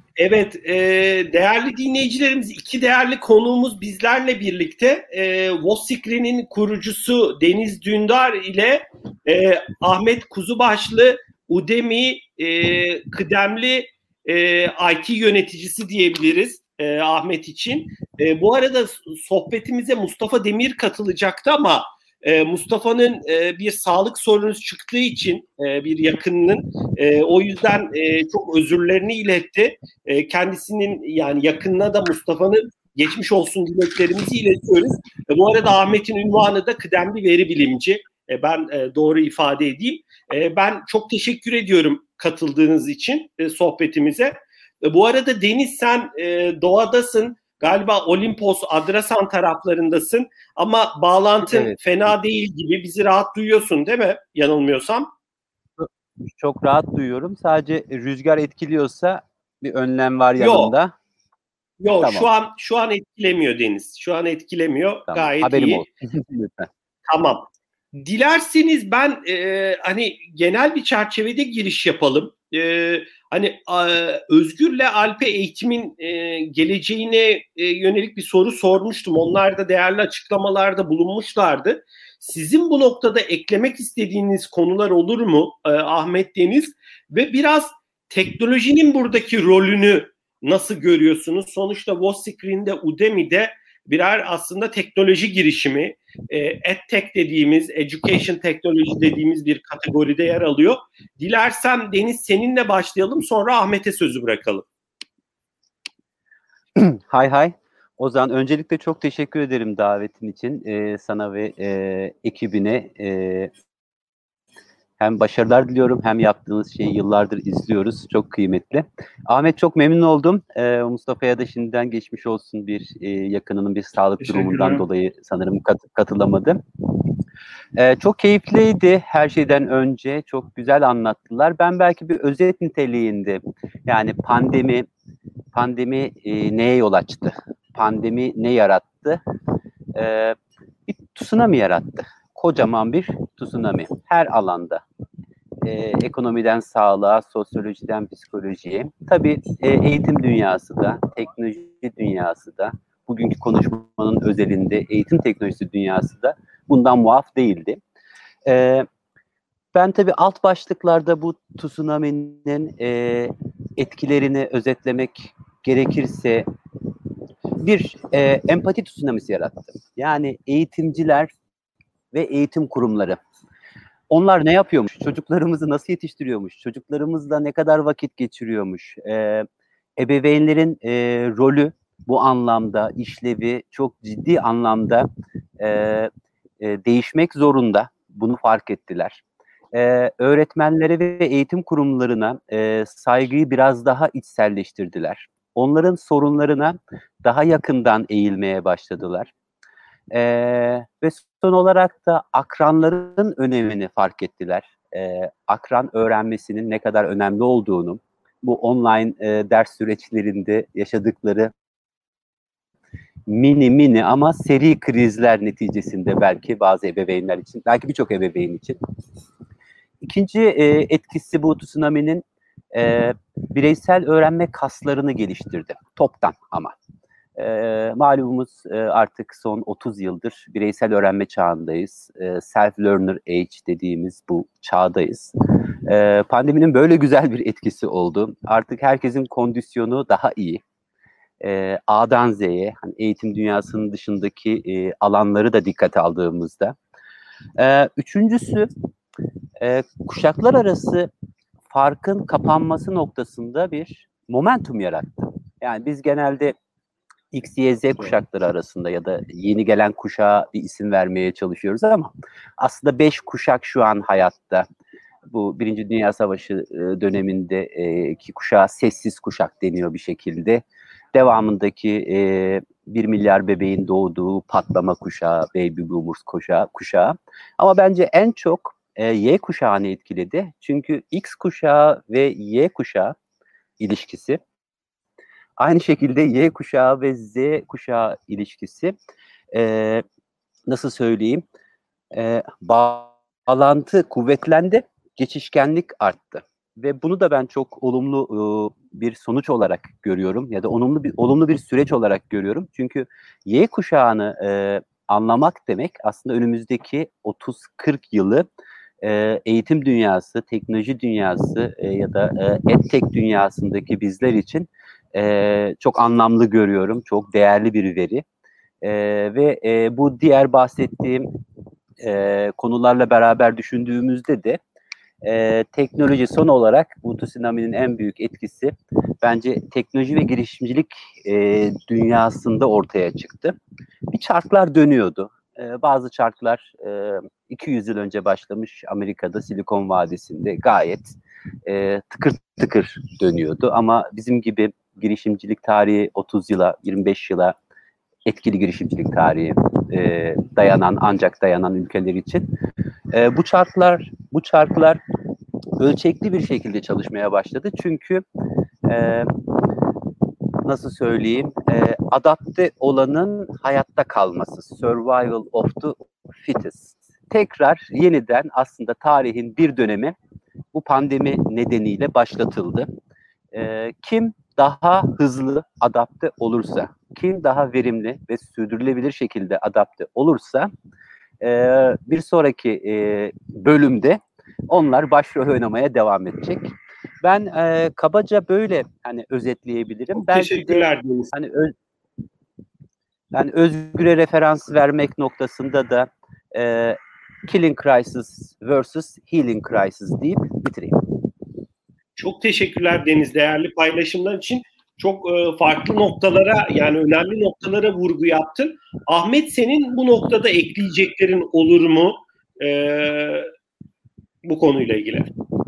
Evet, değerli dinleyicilerimiz, iki değerli konuğumuz bizlerle birlikte. Vosikri'nin kurucusu Deniz Dündar ile Ahmet Kuzubaşlı, Udemy kıdemli IT yöneticisi diyebiliriz Ahmet için. Bu arada sohbetimize Mustafa Demir katılacaktı ama Mustafa'nın bir sağlık sorunu çıktığı için bir yakınının o yüzden çok özürlerini iletti. Kendisinin yani yakınına da Mustafa'nın geçmiş olsun dileklerimizi iletiyoruz. Bu arada Ahmet'in unvanı da kıdemli veri bilimci. Ben doğru ifade edeyim. Ben çok teşekkür ediyorum katıldığınız için sohbetimize. Bu arada Deniz, sen doğadasın. Galiba Olimpos, Adrasan taraflarındasın ama bağlantın Evet. fena değil gibi. Bizi rahat duyuyorsun değil mi? Yanılmıyorsam. Çok rahat duyuyorum. Sadece rüzgar etkiliyorsa bir önlem var Yok. yanımda. Yok, Tamam. şu an etkilemiyor Deniz. Şu an etkilemiyor. Tamam. Gayet Haberim iyi. olsun. Lütfen. Tamam. Dilerseniz ben hani genel bir çerçevede giriş yapalım. Hani Özgür'le Alp'e eğitimin geleceğine yönelik bir soru sormuştum. Onlar da değerli açıklamalarda bulunmuşlardı. Sizin bu noktada eklemek istediğiniz konular olur mu Ahmet, Deniz? Ve biraz teknolojinin buradaki rolünü nasıl görüyorsunuz? Sonuçta WhatScreen'de, Udemy'de birer aslında teknoloji girişimi, EdTech dediğimiz, Education Technology dediğimiz bir kategoride yer alıyor. Dilersem Deniz seninle başlayalım, sonra Ahmet'e sözü bırakalım. Hay. Ozan, öncelikle çok teşekkür ederim davetin için. Sana ve ekibine hem başarılar diliyorum hem yaptığınız şeyi yıllardır izliyoruz. Çok kıymetli. Ahmet, çok memnun oldum. Mustafa'ya da şimdiden geçmiş olsun, bir yakınının bir sağlık durumundan dolayı sanırım katılamadı. Çok keyifliydi her şeyden önce. Çok güzel anlattılar. Ben belki bir özet niteliğinde, yani pandemi neye yol açtı? Pandemi ne yarattı? Bir tsunami yarattı. Kocaman bir tsunami. Her alanda. Ekonomiden sağlığa, sosyolojiden psikolojiye. Tabii eğitim dünyası da, teknoloji dünyası da, bugünkü konuşmanın özelinde eğitim teknolojisi dünyası da bundan muaf değildi. Ben tabii alt başlıklarda bu tsunami'nin etkilerini özetlemek gerekirse bir empati tsunamisi yarattı. Yani eğitimciler ve eğitim kurumları. Onlar ne yapıyormuş? Çocuklarımızı nasıl yetiştiriyormuş? Çocuklarımızla ne kadar vakit geçiriyormuş? Ebeveynlerin rolü bu anlamda, işlevi çok ciddi anlamda değişmek zorunda. Bunu fark ettiler. Öğretmenlere ve eğitim kurumlarına saygıyı biraz daha içselleştirdiler. Onların sorunlarına daha yakından eğilmeye başladılar. Ve son olarak da akranların önemini fark ettiler. Akran öğrenmesinin ne kadar önemli olduğunu, bu online ders süreçlerinde yaşadıkları mini ama seri krizler neticesinde belki bazı ebeveynler için, belki birçok ebeveyn için. İkinci etkisi bu tsunami'nin bireysel öğrenme kaslarını geliştirdi. Toptan ama. Malumunuz artık son 30 yıldır bireysel öğrenme çağındayız. Self-learner age dediğimiz bu çağdayız. Pandeminin böyle güzel bir etkisi oldu. Artık herkesin kondisyonu daha iyi. A'dan Z'ye, hani eğitim dünyasının dışındaki alanları da dikkate aldığımızda. Üçüncüsü, kuşaklar arası farkın kapanması noktasında bir momentum yarattı. Yani biz genelde X, Y, Z kuşakları arasında ya da yeni gelen kuşağa bir isim vermeye çalışıyoruz ama aslında 5 kuşak şu an hayatta. Bu Birinci Dünya Savaşı dönemindeki kuşağa sessiz kuşak deniyor bir şekilde. Devamındaki 1 milyar bebeğin doğduğu patlama kuşağı, baby boomers kuşağı. Ama bence en çok Y kuşağını etkiledi. Çünkü X kuşağı ve Y kuşağı ilişkisi, aynı şekilde Y kuşağı ve Z kuşağı ilişkisi, nasıl söyleyeyim, bağlantı kuvvetlendi, geçişkenlik arttı. Ve bunu da ben çok olumlu bir sonuç olarak görüyorum ya da olumlu bir süreç olarak görüyorum. Çünkü Y kuşağını anlamak demek aslında önümüzdeki 30-40 yılı eğitim dünyası, teknoloji dünyası ya da edtech dünyasındaki bizler için çok anlamlı görüyorum. Çok değerli bir veri. Ve bu diğer bahsettiğim konularla beraber düşündüğümüzde de teknoloji son olarak bu tsunami'nin en büyük etkisi bence teknoloji ve girişimcilik dünyasında ortaya çıktı. Bir çarklar dönüyordu. Bazı çarklar 200 yıl önce başlamış Amerika'da Silikon Vadisi'nde gayet tıkır tıkır dönüyordu. Ama bizim gibi girişimcilik tarihi 30 yıla, 25 yıla etkili girişimcilik tarihi ancak dayanan ülkeler için bu çarklar ölçekli bir şekilde çalışmaya başladı. Çünkü nasıl söyleyeyim, adapte olanın hayatta kalması, survival of the fittest. Tekrar yeniden aslında tarihin bir dönemi bu pandemi nedeniyle başlatıldı. Kim daha hızlı adapte olursa, kim daha verimli ve sürdürülebilir şekilde adapte olursa bir sonraki bölümde onlar başrol oynamaya devam edecek. Ben kabaca böyle hani özetleyebilirim. Çok belki teşekkürler. de hani Özgür'e referans vermek noktasında da Killing Crisis versus Healing Crisis deyip bitireyim. Çok teşekkürler Deniz, değerli paylaşımlar için. Çok farklı noktalara, yani önemli noktalara vurgu yaptın. Ahmet, senin bu noktada ekleyeceklerin olur mu bu konuyla ilgili?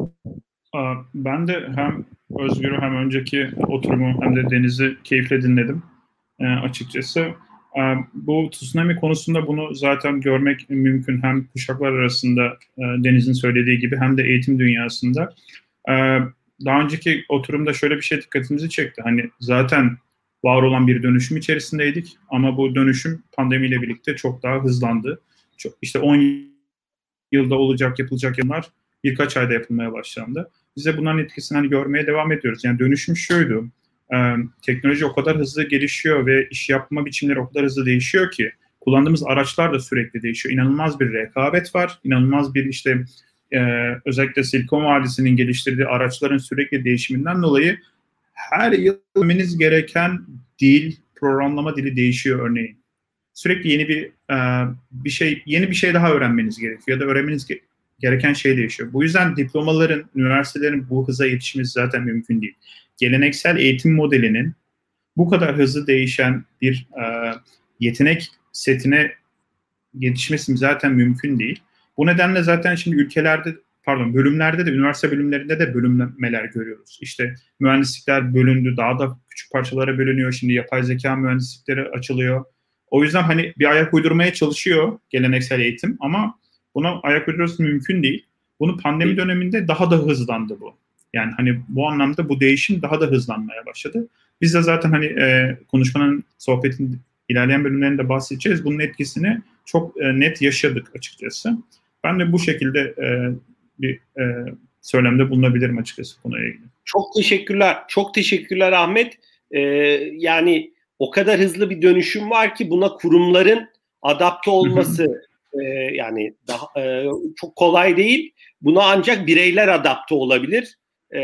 Ben de hem Özgür'ü hem önceki oturumu hem de Deniz'i keyifle dinledim açıkçası. Bu tsunami konusunda bunu zaten görmek mümkün, hem kuşaklar arasında Deniz'in söylediği gibi hem de eğitim dünyasında. Daha önceki oturumda şöyle bir şey dikkatimizi çekti. Hani zaten var olan bir dönüşüm içerisindeydik ama bu dönüşüm pandemiyle birlikte çok daha hızlandı. İşte 10 yılda yapılacak yıllar birkaç ayda yapılmaya başlandı. Biz de bunların etkisini hani görmeye devam ediyoruz. Yani dönüşüm şuydu. Teknoloji o kadar hızlı gelişiyor ve iş yapma biçimleri o kadar hızlı değişiyor ki kullandığımız araçlar da sürekli değişiyor. İnanılmaz bir rekabet var. İnanılmaz bir özellikle Silikon Vadisi'nin geliştirdiği araçların sürekli değişiminden dolayı her yıl öğrenmeniz gereken programlama dili değişiyor örneğin. Sürekli yeni bir şey daha öğrenmeniz gerekiyor ya da öğrenmeniz gereken şey değişiyor. Bu yüzden diplomaların, üniversitelerin bu hıza yetişmesi zaten mümkün değil. Geleneksel eğitim modelinin bu kadar hızlı değişen bir yetenek setine yetişmesi zaten mümkün değil. Bu nedenle zaten şimdi bölümlerde de, üniversite bölümlerinde de bölünmeler görüyoruz. İşte mühendislikler bölündü, daha da küçük parçalara bölünüyor. Şimdi yapay zeka mühendislikleri açılıyor. O yüzden hani bir ayak uydurmaya çalışıyor geleneksel eğitim ama buna ayak uydurması mümkün değil. Bunu pandemi döneminde daha da hızlandı bu. Yani hani bu anlamda bu değişim daha da hızlanmaya başladı. Biz de zaten hani sohbetin ilerleyen bölümlerinde bahsedeceğiz. Bunun etkisini çok net yaşadık açıkçası. Ben de bu şekilde bir söylemde bulunabilirim açıkçası konuya ilgili. Çok teşekkürler. Çok teşekkürler Ahmet. Yani o kadar hızlı bir dönüşüm var ki buna kurumların adapte olması yani çok kolay değil. Buna ancak bireyler adapte olabilir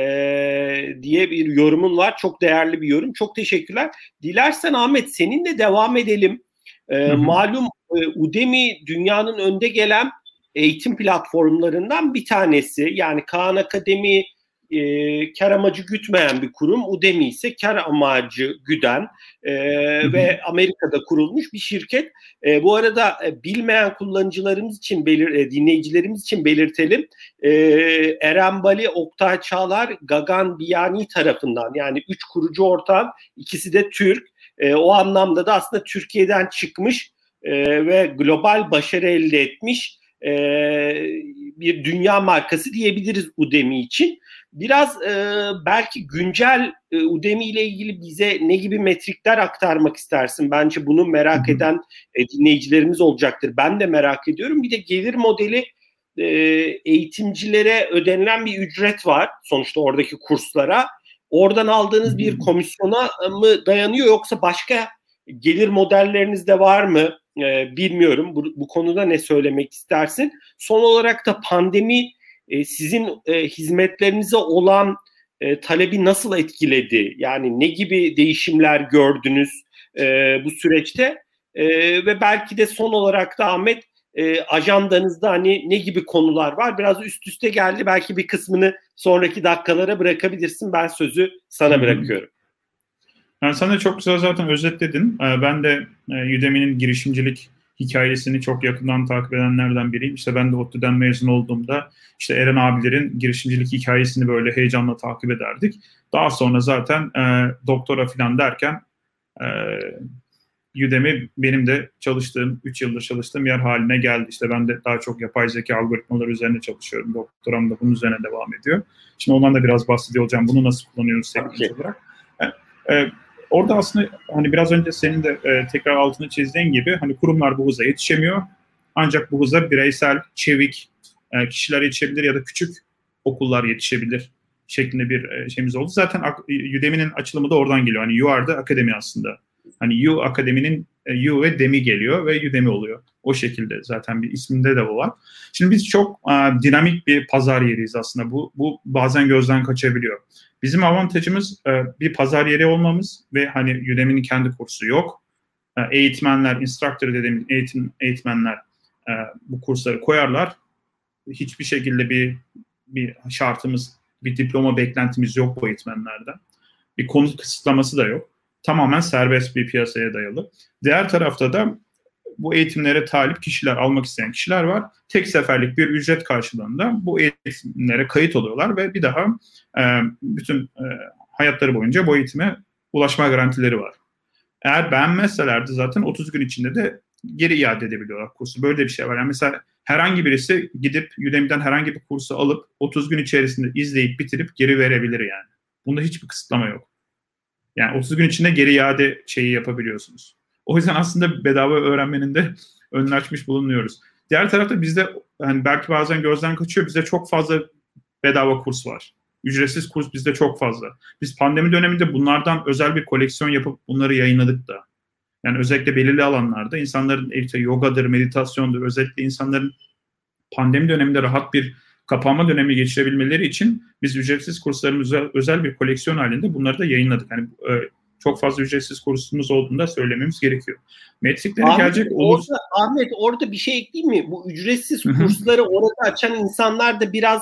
diye bir yorumun var. Çok değerli bir yorum. Çok teşekkürler. Dilersen Ahmet seninle devam edelim. Malum Udemy dünyanın önde gelen eğitim platformlarından bir tanesi. Yani Khan Akademi kar amacı gütmeyen bir kurum. Udemy ise kar amacı güden ve Amerika'da kurulmuş bir şirket. Bu arada bilmeyen kullanıcılarımız için, dinleyicilerimiz için belirtelim. Eren Bali, Oktay Çağlar, Gagan Biyani tarafından, yani 3 kurucu ortağın, ikisi de Türk. O anlamda da aslında Türkiye'den çıkmış ve global başarı elde etmiş bir dünya markası diyebiliriz Udemy için. Biraz belki güncel Udemy ile ilgili bize ne gibi metrikler aktarmak istersin? Bence bunu merak eden dinleyicilerimiz olacaktır. Ben de merak ediyorum. Bir de gelir modeli eğitimcilere ödenilen bir ücret var sonuçta oradaki kurslara. Oradan aldığınız bir komisyona mı dayanıyor yoksa başka gelir modelleriniz de var mı? Bilmiyorum. Bu konuda ne söylemek istersin? Son olarak da pandemi sizin hizmetlerinize olan talebi nasıl etkiledi? Yani ne gibi değişimler gördünüz bu süreçte? Ve belki de son olarak da Ahmet, ajandanızda hani ne gibi konular var? Biraz üst üste geldi. Belki bir kısmını sonraki dakikalara bırakabilirsin. Ben sözü sana bırakıyorum. Yani sen de çok güzel zaten özetledin. Ben de Udemy'nin girişimcilik hikayesini çok yakından takip edenlerden biriyim. İşte ben de ODTÜ'den mezun olduğumda işte Eren abilerin girişimcilik hikayesini böyle heyecanla takip ederdik. Daha sonra zaten doktora falan derken Udemy benim de 3 yıldır çalıştığım yer haline geldi. İşte ben de daha çok yapay zeka algoritmaları üzerine çalışıyorum. Doktoram da bunun üzerine devam ediyor. Şimdi ondan da biraz bahsediyor olacağım. Bunu nasıl kullanıyoruz teknik olarak. Orada aslında hani biraz önce senin de tekrar altını çizdiğin gibi hani kurumlar bu hıza yetişemiyor. Ancak bu hıza bireysel, çevik kişiler yetişebilir ya da küçük okullar yetişebilir şeklinde bir şeyimiz oldu. Zaten Udemy'nin açılımı da oradan geliyor. Hani You are the Academy aslında. Hani You Akademi'nin You ve Demi geliyor ve Udemy oluyor. O şekilde zaten bir isminde de o var. Şimdi biz çok dinamik bir pazar yeriyiz aslında. Bu bazen gözden kaçabiliyor. Bizim avantajımız bir pazar yeri olmamız ve hani Udemy'nin kendi kursu yok. Eğitmenler, instructor dediğimiz eğitmenler bu kursları koyarlar. Hiçbir şekilde bir şartımız, bir diploma beklentimiz yok bu eğitmenlerden. Bir konu kısıtlaması da yok. Tamamen serbest bir piyasaya dayalı. Diğer tarafta da bu eğitimlere talip kişiler, almak isteyen kişiler var. Tek seferlik bir ücret karşılığında bu eğitimlere kayıt oluyorlar ve bir daha bütün hayatları boyunca bu eğitime ulaşma garantileri var. Eğer beğenmezselerdi zaten 30 gün içinde de geri iade edebiliyorlar kursu. Böyle bir şey var. Yani mesela herhangi birisi gidip Udemy'den herhangi bir kursu alıp 30 gün içerisinde izleyip bitirip geri verebilir yani. Bunda hiçbir kısıtlama yok. Yani 30 gün içinde geri iade şeyi yapabiliyorsunuz. O yüzden aslında bedava öğrenmenin de önünü açmış bulunuyoruz. Diğer tarafta bizde hani belki bazen gözden kaçıyor. Bizde çok fazla bedava kurs var. Ücretsiz kurs bizde çok fazla. Biz pandemi döneminde bunlardan özel bir koleksiyon yapıp bunları yayınladık da. Yani özellikle belirli alanlarda insanların işte yogadır, meditasyondur, özellikle insanların pandemi döneminde rahat bir kapanma dönemi geçirebilmeleri için biz ücretsiz kurslarımızı özel bir koleksiyon halinde bunları da yayınladık. Yani çok fazla ücretsiz kursumuz olduğunu da söylememiz gerekiyor. Metriklere gelecek olursa... Ahmet orada bir şey ekleyeyim mi? Bu ücretsiz kursları orada açan insanlar da biraz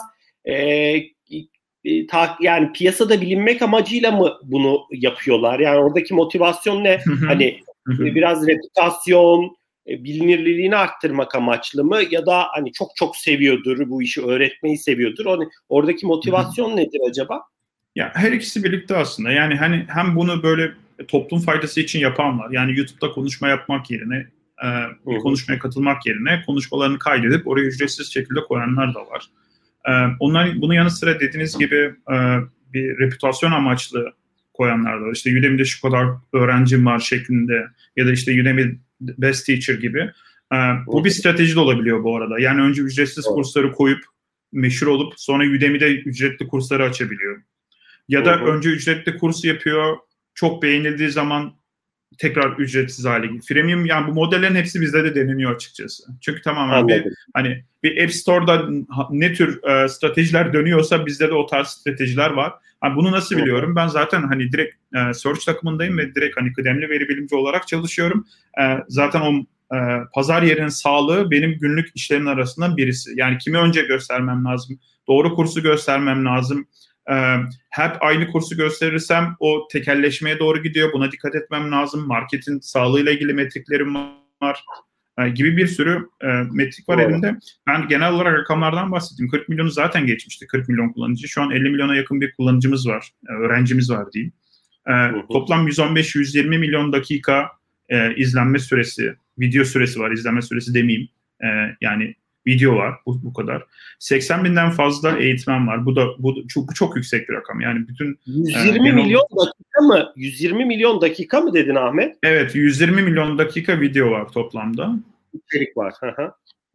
yani piyasada bilinmek amacıyla mı bunu yapıyorlar? Yani oradaki motivasyon ne? Hani biraz reputasyon, bilinirliğini arttırmak amaçlı mı? Ya da hani çok seviyordur, bu işi öğretmeyi seviyordur. Oradaki motivasyon nedir acaba? Ya her ikisi birlikte aslında. Yani hani hem bunu böyle toplum faydası için yapan var. Yani YouTube'da konuşma yapmak yerine, bir konuşmaya katılmak yerine konuşmalarını kaydedip oraya ücretsiz şekilde koyanlar da var. Onlar bunun yanı sıra dediğiniz gibi bir reputasyon amaçlı koyanlar da var. İşte Udemy'de şu kadar öğrencim var şeklinde ya da işte Udemy Best Teacher gibi. Bu bir strateji de olabiliyor bu arada. Yani önce ücretsiz kursları koyup meşhur olup sonra Udemy'de ücretli kursları açabiliyor. Ya da önce ücretli kursu yapıyor, çok beğenildiği zaman tekrar ücretsiz hale geliyor. Freemium, yani bu modellerin hepsi bizde de deneniyor açıkçası. Çünkü tamamen bir App Store'da ne tür stratejiler dönüyorsa bizde de o tarz stratejiler var. Hani bunu nasıl biliyorum? Ben zaten hani direkt search takımındayım ve direkt hani kıdemli veri bilimci olarak çalışıyorum. Zaten o pazar yerinin sağlığı benim günlük işlerimin arasından birisi. Yani kimi önce göstermem lazım? Doğru kursu göstermem lazım. Hep aynı kursu gösterirsem o tekelleşmeye doğru gidiyor. Buna dikkat etmem lazım. Marketin sağlığıyla ilgili metriklerim var. Gibi bir sürü metrik var elimde. Ben genel olarak rakamlardan bahsettim. 40 milyonu zaten geçmişti. 40 milyon kullanıcı. Şu an 50 milyona yakın bir kullanıcımız var. Öğrencimiz var diyeyim. Toplam 115-120 milyon dakika izlenme süresi, video süresi var. İzlenme süresi demeyeyim. Yani video var bu kadar. 80 binden fazla eğitmen var. Bu çok yüksek bir rakam. Yani bütün 120 milyon dakika mı? 120 milyon dakika mı dedin Ahmet? Evet, 120 milyon dakika video var toplamda. İçerik var.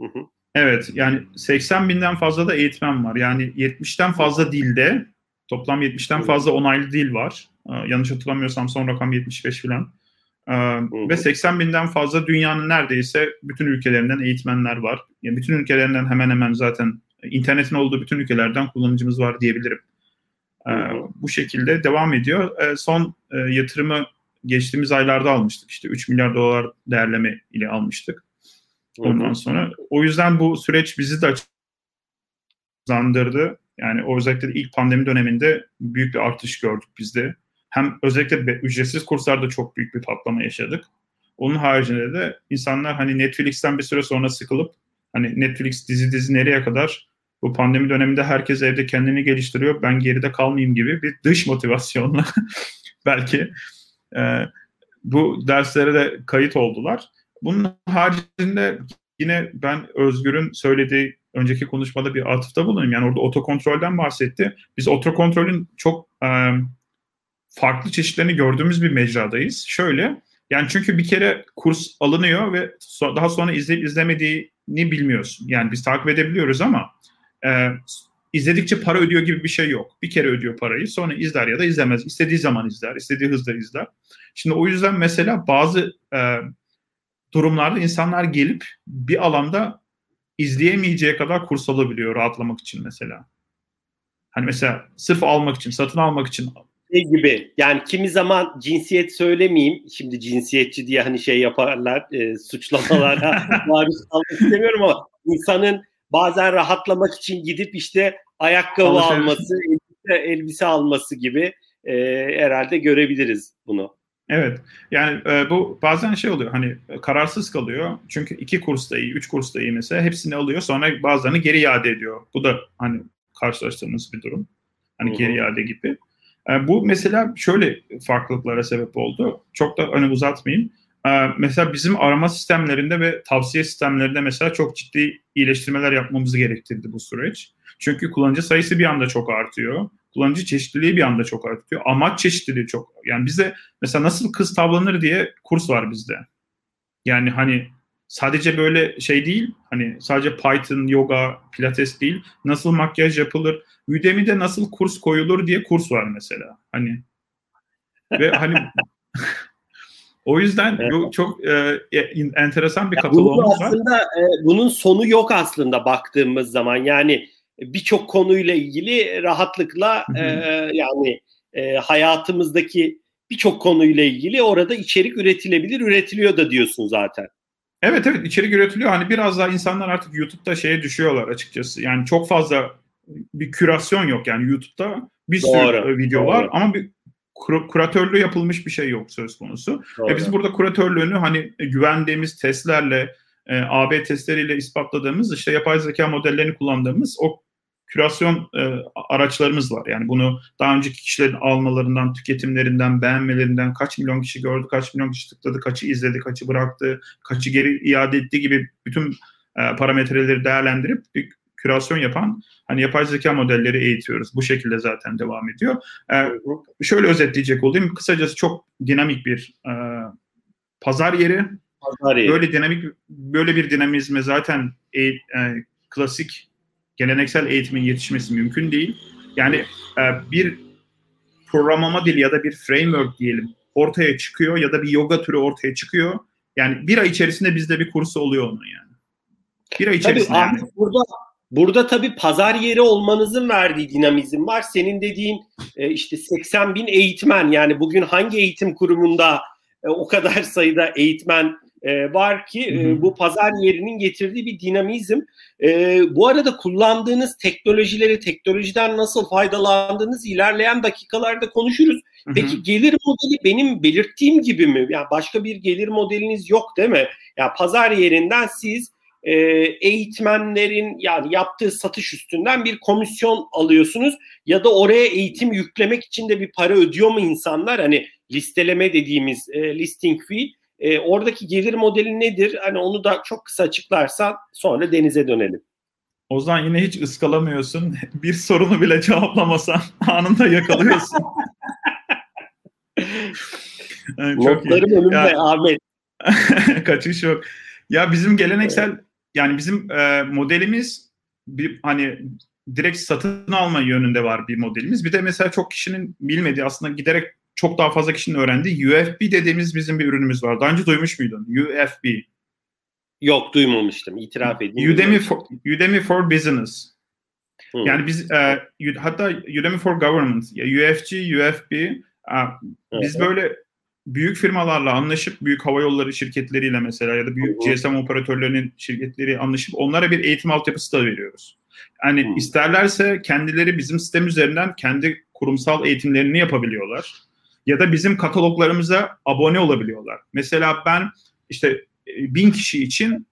Evet, yani 80 binden fazla da eğitmen var. Yani 70'ten fazla dilde, toplam 70'ten fazla onaylı dil var. Yanlış hatırlamıyorsam son rakam 75 falan. Ve 80 binden fazla dünyanın neredeyse bütün ülkelerinden eğitmenler var. Yani bütün ülkelerinden hemen hemen zaten internetin olduğu bütün ülkelerden kullanıcımız var diyebilirim. Bu şekilde devam ediyor. Son yatırımı geçtiğimiz aylarda almıştık. İşte 3 milyar dolar değerleme ile almıştık. Ondan sonra o yüzden bu süreç bizi de hızlandırdı. Yani özellikle ilk pandemi döneminde büyük bir artış gördük biz de. Hem özellikle ücretsiz kurslarda çok büyük bir patlama yaşadık. Onun haricinde de insanlar hani Netflix'ten bir süre sonra sıkılıp hani Netflix dizi nereye kadar, bu pandemi döneminde herkes evde kendini geliştiriyor, ben geride kalmayayım gibi bir dış motivasyonla belki bu derslere de kayıt oldular. Bunun haricinde yine ben Özgür'ün söylediği önceki konuşmada bir atıfta bulunayım. Yani orada otokontrolden bahsetti. Biz otokontrolün çok farklı çeşitlerini gördüğümüz bir mecradayız. Şöyle, yani çünkü bir kere kurs alınıyor ve daha sonra izleyip izlemediğini bilmiyorsun. Yani biz takip edebiliyoruz ama izledikçe para ödüyor gibi bir şey yok. Bir kere ödüyor parayı, sonra izler ya da izlemez. İstediği zaman izler, istediği hızda izler. Şimdi o yüzden mesela bazı durumlarda insanlar gelip bir alanda izleyemeyeceği kadar kurs alabiliyor rahatlamak için mesela. Hani mesela sırf almak için, satın almak için. Gibi. Yani kimi zaman cinsiyet söylemeyeyim. Şimdi cinsiyetçi diye hani şey yaparlar, suçlamalara maruz kalmak istemiyorum ama insanın bazen rahatlamak için gidip işte ayakkabı alması, elbise alması gibi herhalde görebiliriz bunu. Evet. Yani bu bazen şey oluyor, hani kararsız kalıyor. Çünkü 2 kurs da iyi, 3 kurs da iyi mesela. Hepsini alıyor, sonra bazılarını geri iade ediyor. Bu da hani karşılaştığımız bir durum. Hani geri iade gibi. Bu mesela şöyle farklılıklara sebep oldu. Çok da hani uzatmayayım. Mesela bizim arama sistemlerinde ve tavsiye sistemlerinde mesela çok ciddi iyileştirmeler yapmamızı gerektirdi bu süreç. Çünkü kullanıcı sayısı bir anda çok artıyor. Kullanıcı çeşitliliği bir anda çok artıyor. Amaç çeşitliliği çok. Yani bize mesela nasıl kız tavlanır diye kurs var bizde. Yani hani sadece böyle şey değil. Hani sadece Python, yoga, pilates değil. Nasıl makyaj yapılır? Udemy'de nasıl kurs koyulur diye kurs var mesela. Hani ve hani o yüzden bu çok enteresan bir katalogumuz var. Aslında bunun sonu yok aslında baktığımız zaman. Yani birçok konuyla ilgili rahatlıkla yani hayatımızdaki birçok konuyla ilgili orada içerik üretilebilir, üretiliyor da diyorsun zaten. Evet içerik üretiliyor. Hani biraz daha insanlar artık YouTube'da şeye düşüyorlar açıkçası. Yani çok fazla bir kürasyon yok yani YouTube'da bir sürü video var ama bir kuratörlüğü yapılmış bir şey yok söz konusu. Ve biz burada kuratörlüğünü hani güvendiğimiz testlerle, AB testleriyle ispatladığımız, işte yapay zeka modellerini kullandığımız o kürasyon araçlarımız var. Yani bunu daha önceki kişilerin almalarından, tüketimlerinden, beğenmelerinden, kaç milyon kişi gördü, kaç milyon kişi tıkladı, kaçı izledi, kaçı bıraktı, kaçı geri iade etti gibi bütün parametreleri değerlendirip bir kürasyon yapan hani yapay zeka modelleri eğitiyoruz. Bu şekilde zaten devam ediyor. Şöyle özetleyecek olayım. Kısacası çok dinamik bir pazar yeri. Böyle bir dinamizme zaten klasik geleneksel eğitimin yetişmesi mümkün değil. Yani bir programlama dili ya da bir framework diyelim ortaya çıkıyor ya da bir yoga türü ortaya çıkıyor. Yani bir ay içerisinde bizde bir kursu oluyor onun yani. Bir ay içerisinde. Tabii yani. Burada tabii pazar yeri olmanızın verdiği dinamizm var. Senin dediğin işte 80 bin eğitmen, yani bugün hangi eğitim kurumunda o kadar sayıda eğitmen var ki bu pazar yerinin getirdiği bir dinamizm. Bu arada kullandığınız teknolojiden nasıl faydalandığınız ilerleyen dakikalarda konuşuruz. Peki gelir modeli benim belirttiğim gibi mi? Yani başka bir gelir modeliniz yok değil mi? Yani pazar yerinden siz eğitmenlerin yani yaptığı satış üstünden bir komisyon alıyorsunuz ya da oraya eğitim yüklemek için de bir para ödüyor mu insanlar? Hani listeleme dediğimiz listing fee. Oradaki gelir modeli nedir? Hani onu da çok kısa açıklarsan sonra Deniz'e dönelim. Ozan yine hiç ıskalamıyorsun. Bir sorunu bile cevaplamasan anında yakalıyorsun. Notlarım önümde Ahmet. Kaçış yok. Ya bizim geleneksel yani bizim modelimiz bir hani direkt satın alma yönünde var bir modelimiz. Bir de mesela çok kişinin bilmediği, aslında giderek çok daha fazla kişinin öğrendiği UFB dediğimiz bizim bir ürünümüz var. Daha önce duymuş muydun? UFB. Yok, duymamıştım. İtiraf edeyim. Udemy for Business. Yani biz hatta Udemy for Government, UFG, UFB, biz böyle büyük firmalarla anlaşıp, büyük havayolları şirketleriyle mesela ya da büyük GSM operatörlerinin şirketleri anlaşıp onlara bir eğitim altyapısı da veriyoruz. Yani isterlerse kendileri bizim sistem üzerinden kendi kurumsal eğitimlerini yapabiliyorlar. Ya da bizim kataloglarımıza abone olabiliyorlar. Mesela ben işte 1000 kişi için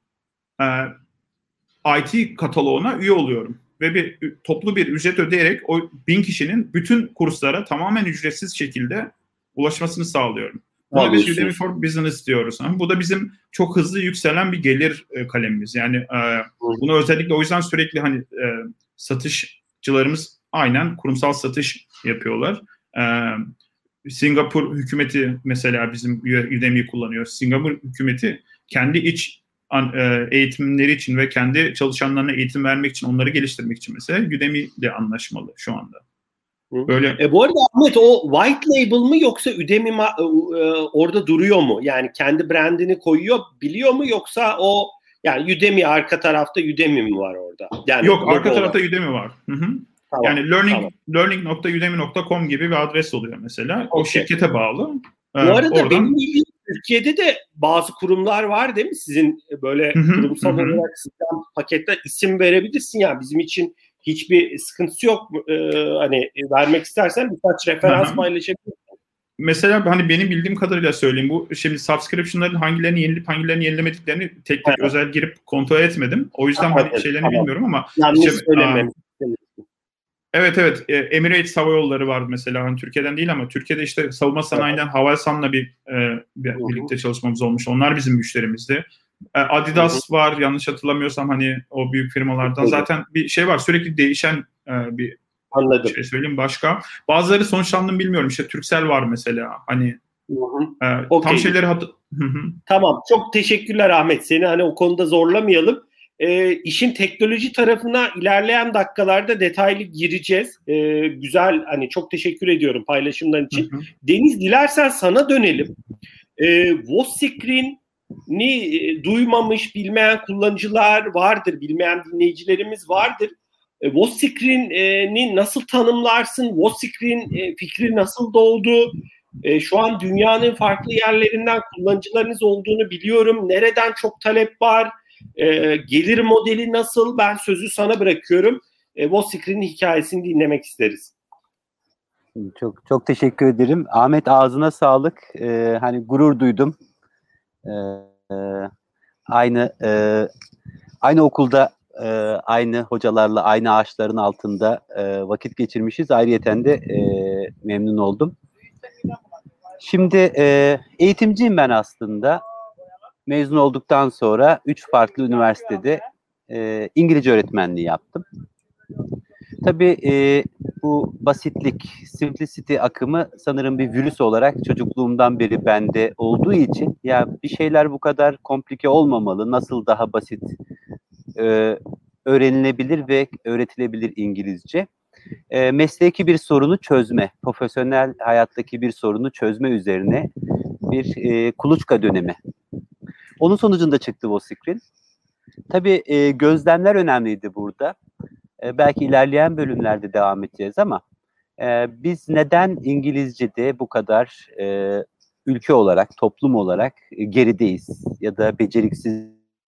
IT kataloğuna üye oluyorum. Ve toplu bir ücret ödeyerek o 1000 kişinin bütün kurslara tamamen ücretsiz şekilde ulaşmasını sağlıyorum. Buna biz Udemy for Business diyoruz. Bu da bizim çok hızlı yükselen bir gelir kalemimiz. Yani bunu özellikle o yüzden sürekli hani satışçılarımız aynen kurumsal satış yapıyorlar. Singapur hükümeti mesela bizim Udemy'yi kullanıyor. Singapur hükümeti kendi iç eğitimleri için ve kendi çalışanlarına eğitim vermek için, onları geliştirmek için mesela Udemy ile anlaşmalı şu anda. Böyle. Bu arada Ahmet, o white label mı yoksa Udemy orada duruyor mu? Yani kendi brandini koyuyor, biliyor mu, yoksa o yani Udemy arka tarafta Udemy mi var orada? Yani yok, arka tarafta Udemy var. Tamam, yani learning.udemy.com gibi bir adres oluyor mesela. O şirkete bağlı. Bu arada benim bildiğim Türkiye'de de bazı kurumlar var değil mi? Sizin böyle kurumsal olarak sistem pakette isim verebilirsin. Yani bizim için hiçbir sıkıntısı yok. Hani vermek istersen birkaç referans paylaşabilirsin. Mesela hani benim bildiğim kadarıyla söyleyeyim. Bu şimdi subscription'ların hangilerini yenilip hangilerini yenilemediklerini tek tek özel girip kontrol etmedim. O yüzden hani şeylerini bilmiyorum ama yanlış söylemem. Evet. Emirates Hava Yolları var mesela. Hani Türkiye'den değil ama Türkiye'de işte savunma sanayinden Havelsan'la birlikte çalışmamız olmuş. Onlar bizim müşterimizdi. Adidas var, yanlış hatırlamıyorsam, hani o büyük firmalardan. Zaten bir şey var, sürekli değişen bir şey söyleyeyim başka. Bazıları sonuçlandığını bilmiyorum. İşte Turkcell var mesela. Hani tam şeyleri Tamam. Çok teşekkürler Ahmet. Seni hani o konuda zorlamayalım. İşin teknoloji tarafına ilerleyen dakikalarda detaylı gireceğiz. Güzel, hani çok teşekkür ediyorum paylaşımların için. Deniz, dilersen sana dönelim. WhatScreen'i duymamış, bilmeyen kullanıcılar vardır, bilmeyen dinleyicilerimiz vardır. WhatScreen'i nasıl tanımlarsın? WhatScreen fikri nasıl doğdu? Şu an dünyanın farklı yerlerinden kullanıcılarınız olduğunu biliyorum. Nereden çok talep var? Gelir modeli nasıl? Ben sözü sana bırakıyorum. WhatScreen'in hikayesini dinlemek isteriz. Çok teşekkür ederim. Ahmet, ağzına sağlık. Hani gurur duydum. Aynı okulda aynı hocalarla aynı ağaçların altında vakit geçirmişiz. Ayrıyeten de memnun oldum. Şimdi eğitimciyim ben aslında. Mezun olduktan sonra 3 farklı üniversitede İngilizce öğretmenliği yaptım. Tabii bu basitlik, simplicity akımı sanırım bir virüs olarak çocukluğumdan beri bende olduğu için ya bir şeyler bu kadar komplike olmamalı, nasıl daha basit öğrenilebilir ve öğretilebilir İngilizce. Mesleki bir sorunu çözme, profesyonel hayattaki bir sorunu çözme üzerine bir kuluçka dönemi. Onun sonucunda çıktı WhatScreen. Tabii gözlemler önemliydi burada. Belki ilerleyen bölümlerde devam edeceğiz ama biz neden İngilizce'de bu kadar ülke olarak, toplum olarak gerideyiz ya da beceriksiz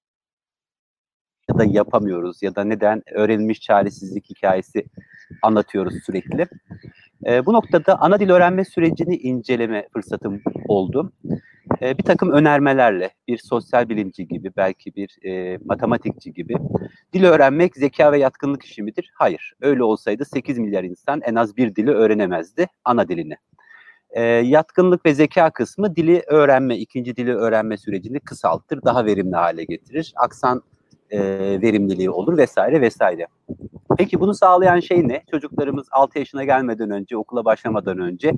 ya da yapamıyoruz ya da neden öğrenilmiş çaresizlik hikayesi anlatıyoruz sürekli. Bu noktada ana dil öğrenme sürecini inceleme fırsatım oldu. Bir takım önermelerle, bir sosyal bilimci gibi, belki bir matematikçi gibi, dil öğrenmek zeka ve yatkınlık işi midir? Hayır. Öyle olsaydı 8 milyar insan en az bir dili öğrenemezdi, ana dilini. Yatkınlık ve zeka kısmı dili öğrenme, ikinci dili öğrenme sürecini kısaltır, daha verimli hale getirir. Aksan verimliliği olur vesaire vesaire. Peki bunu sağlayan şey ne? Çocuklarımız 6 yaşına gelmeden önce, okula başlamadan önce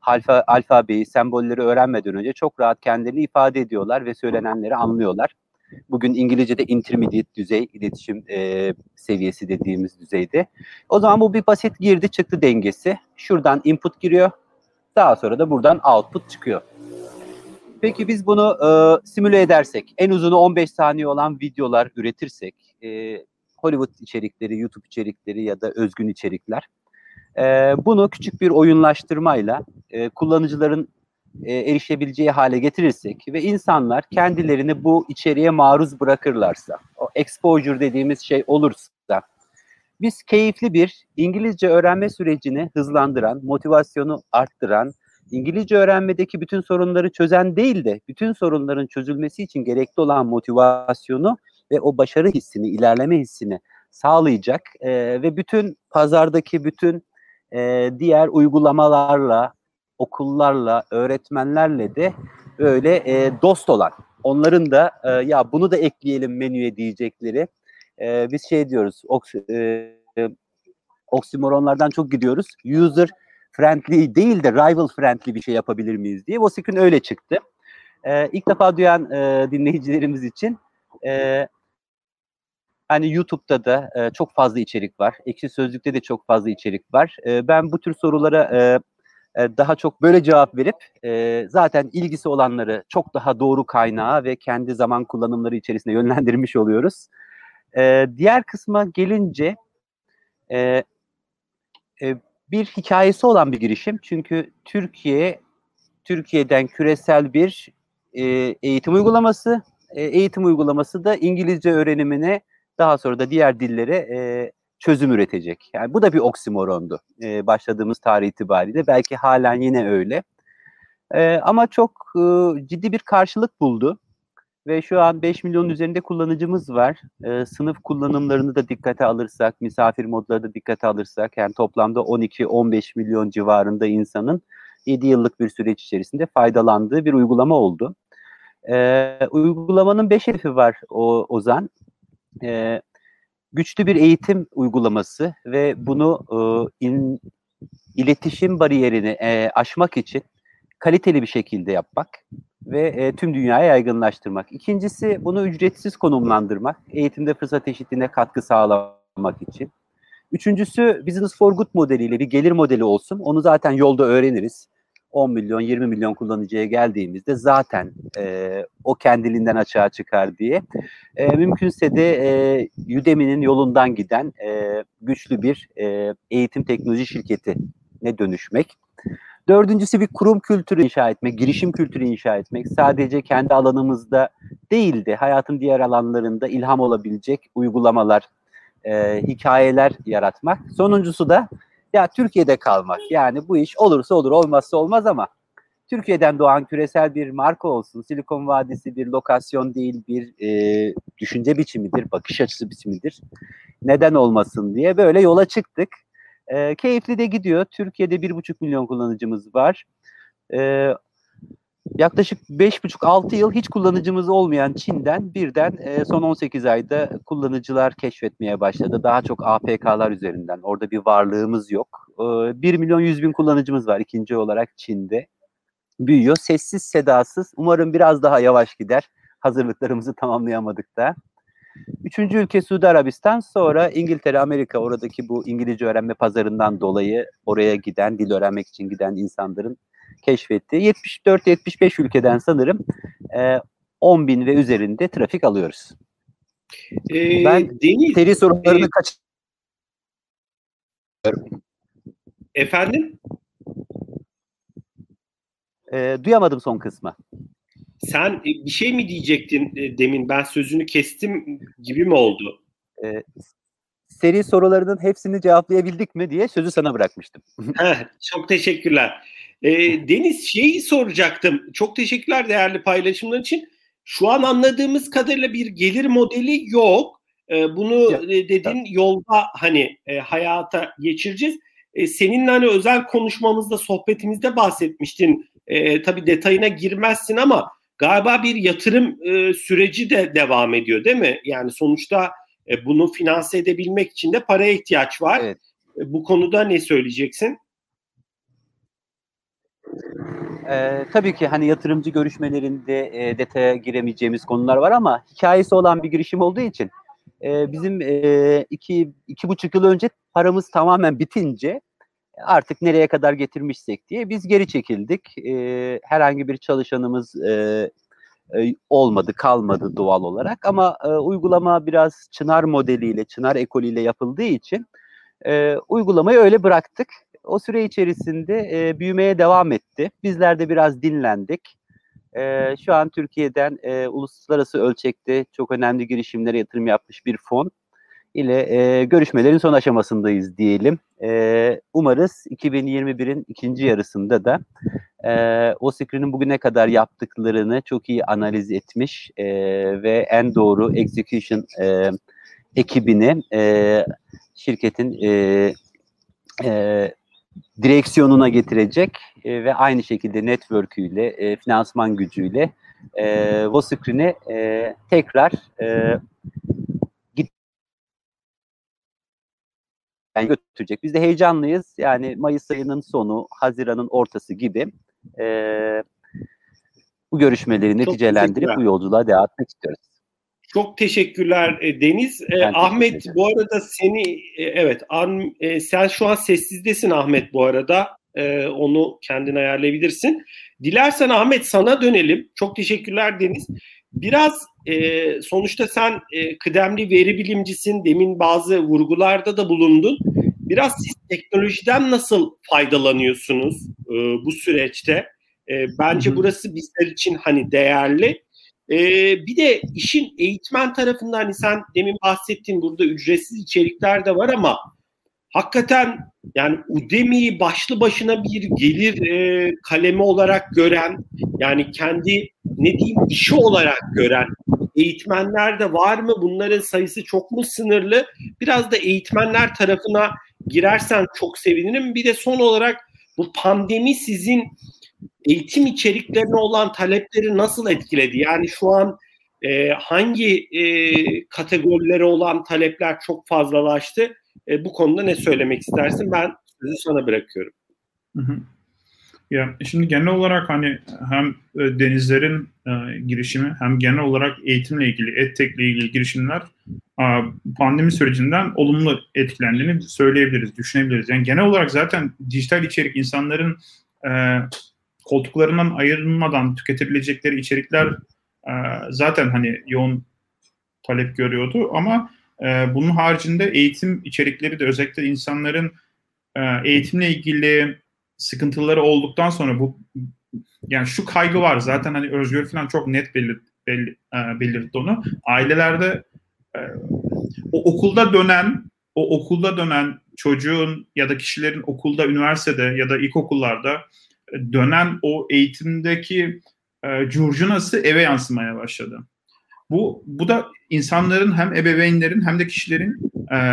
alfabeyi, sembolleri öğrenmeden önce çok rahat kendilerini ifade ediyorlar ve söylenenleri anlıyorlar. Bugün İngilizce'de intermediate düzey, iletişim seviyesi dediğimiz düzeyde. O zaman bu bir basit girdi çıktı dengesi. Şuradan input giriyor, daha sonra da buradan output çıkıyor. Peki biz bunu simüle edersek, en uzunu 15 saniye olan videolar üretirsek, Hollywood içerikleri, YouTube içerikleri ya da özgün içerikler, bunu küçük bir oyunlaştırmayla kullanıcıların erişebileceği hale getirirsek ve insanlar kendilerini bu içeriğe maruz bırakırlarsa, o exposure dediğimiz şey olursa, biz keyifli bir İngilizce öğrenme sürecini hızlandıran, motivasyonu arttıran, İngilizce öğrenmedeki bütün sorunları çözen değil de bütün sorunların çözülmesi için gerekli olan motivasyonu ve o başarı hissini, ilerleme hissini sağlayacak ve bütün pazardaki bütün diğer uygulamalarla, okullarla, öğretmenlerle de böyle dost olan, onların da ya bunu da ekleyelim menüye diyecekleri, biz şey diyoruz, oksimoronlardan çok gidiyoruz. User friendly değil de rival friendly bir şey yapabilir miyiz diye. Vosik'in öyle çıktı. İlk defa duyan dinleyicilerimiz için hani YouTube'da da çok fazla içerik var. Ekşi Sözlük'te de çok fazla içerik var. Ben bu tür sorulara daha çok böyle cevap verip zaten ilgisi olanları çok daha doğru kaynağa ve kendi zaman kullanımları içerisinde yönlendirmiş oluyoruz. Diğer kısma gelince bir hikayesi olan bir girişim. Çünkü Türkiye'den küresel bir eğitim uygulaması. Eğitim uygulaması da İngilizce öğrenimine, daha sonra da diğer dillere çözüm üretecek. Yani bu da bir oksimorondu başladığımız tarih itibariyle. Belki halen yine öyle. Ama çok ciddi bir karşılık buldu. Ve şu an 5 milyonun üzerinde kullanıcımız var. Sınıf kullanımlarını da dikkate alırsak, misafir modları da dikkate alırsak, yani toplamda 12-15 milyon civarında insanın 7 yıllık bir süreç içerisinde faydalandığı bir uygulama oldu. Uygulamanın 5 hedefi var Ozan. Güçlü bir eğitim uygulaması ve bunu iletişim bariyerini aşmak için kaliteli bir şekilde yapmak ve tüm dünyaya yaygınlaştırmak. İkincisi, bunu ücretsiz konumlandırmak, eğitimde fırsat eşitliğine katkı sağlamak için. Üçüncüsü, Business for Good modeliyle bir gelir modeli olsun. Onu zaten yolda öğreniriz. 10 milyon, 20 milyon kullanıcıya geldiğimizde zaten o kendiliğinden açığa çıkar diye. Mümkünse de Udemy'nin yolundan giden güçlü bir eğitim teknoloji şirketine dönüşmek. Dördüncüsü, bir kurum kültürü inşa etmek, girişim kültürü inşa etmek. Sadece kendi alanımızda değil de hayatın diğer alanlarında ilham olabilecek uygulamalar, hikayeler yaratmak. Sonuncusu da ya Türkiye'de kalmak. Yani bu iş olursa olur, olmazsa olmaz ama Türkiye'den doğan küresel bir marka olsun. Silikon Vadisi bir lokasyon değil, bir düşünce biçimidir, bakış açısı biçimidir. Neden olmasın diye böyle yola çıktık. Keyifli de gidiyor. Türkiye'de 1,5 milyon kullanıcımız var. Yaklaşık 5,5-6 yıl hiç kullanıcımız olmayan Çin'den birden son 18 ayda kullanıcılar keşfetmeye başladı. Daha çok APK'lar üzerinden. Orada bir varlığımız yok. 1 milyon 100 bin kullanıcımız var ikinci olarak Çin'de. Büyüyor. Sessiz sedasız. Umarım biraz daha yavaş gider. Hazırlıklarımızı tamamlayamadık da. Üçüncü ülke Suudi Arabistan, sonra İngiltere, Amerika, oradaki bu İngilizce öğrenme pazarından dolayı oraya giden, dil öğrenmek için giden insanların keşfettiği 74-75 ülkeden sanırım 10 bin ve üzerinde trafik alıyoruz. Ben Deniz, seri sorularını Efendim? Duyamadım son kısmı. Sen bir şey mi diyecektin demin? Ben sözünü kestim gibi mi oldu? Seri sorularının hepsini cevaplayabildik mi diye sözü sana bırakmıştım. Çok teşekkürler. Deniz, şeyi soracaktım. Çok teşekkürler değerli paylaşımlar için. Şu an anladığımız kadarıyla bir gelir modeli yok. Bunu dedin yolda hani hayata geçireceğiz. Seninle hani özel konuşmamızda, sohbetimizde bahsetmiştin. Tabii detayına girmezsin ama galiba bir yatırım süreci de devam ediyor değil mi? Yani sonuçta bunu finanse edebilmek için de paraya ihtiyaç var. Evet. Bu konuda ne söyleyeceksin? Tabii ki hani yatırımcı görüşmelerinde detaya giremeyeceğimiz konular var ama hikayesi olan bir girişim olduğu için bizim 2,5 yıl önce paramız tamamen bitince artık nereye kadar getirmişsek diye biz geri çekildik. Herhangi bir çalışanımız olmadı, kalmadı doğal olarak ama uygulama biraz Çınar modeliyle, Çınar ekolüyle yapıldığı için uygulamayı öyle bıraktık. O süre içerisinde büyümeye devam etti. Bizler de biraz dinlendik. Şu an Türkiye'den uluslararası ölçekte çok önemli girişimlere yatırım yapmış bir fon ile görüşmelerin son aşamasındayız diyelim. Umarız 2021'in ikinci yarısında da WOSIKRI'nin bugüne kadar yaptıklarını çok iyi analiz etmiş ve en doğru execution ekibini şirketin direksiyonuna getirecek ve aynı şekilde network'üyle, finansman gücüyle WOSIKRI'ni tekrar götürecek. Biz de heyecanlıyız. Yani Mayıs ayının sonu, Haziran'ın ortası gibi bu görüşmeleri neticelendirip bu yolculuğa devam etmek istiyoruz. Çok teşekkürler Deniz. Ahmet bu arada seni sen şu an sessizdesin Ahmet bu arada. Onu kendin ayarlayabilirsin. Dilersen Ahmet sana dönelim. Çok teşekkürler Deniz. Biraz sonuçta sen kıdemli veri bilimcisin. Demin bazı vurgularda da bulundun. Biraz siz teknolojiden nasıl faydalanıyorsunuz bu süreçte? Bence burası bizler için hani değerli. Bir de işin eğitmen tarafından hani sen demin bahsettin burada ücretsiz içerikler de var ama hakikaten yani Udemy'yi başlı başına bir gelir kalemi olarak gören yani kendi ne diyeyim işi olarak gören eğitmenler de var mı? Bunların sayısı çok mu sınırlı? Biraz da eğitmenler tarafına girersen çok sevinirim. Bir de son olarak bu pandemi sizin eğitim içeriklerine olan talepleri nasıl etkiledi? Yani şu an hangi kategorilere olan talepler çok fazlalaştı? Bu konuda ne söylemek istersin? Ben sözü sana bırakıyorum. Ya şimdi genel olarak hani hem Denizler'in girişimi hem genel olarak eğitimle ilgili, EdTech'le ilgili girişimler pandemi sürecinden olumlu etkilendiğini söyleyebiliriz, düşünebiliriz. Yani genel olarak zaten dijital içerik insanların koltuklarından ayrılmadan tüketebilecekleri içerikler zaten hani yoğun talep görüyordu ama bunun haricinde eğitim içerikleri de özellikle insanların eğitimle ilgili sıkıntıları olduktan sonra bu yani şu kaygı var zaten hani Özgür falan çok net belirtti onu. Ailelerde o okulda dönen çocuğun ya da kişilerin okulda, üniversitede ya da ilkokullarda dönen o eğitimdeki curcunası eve yansımaya başladı. Bu da insanların hem ebeveynlerin hem de kişilerin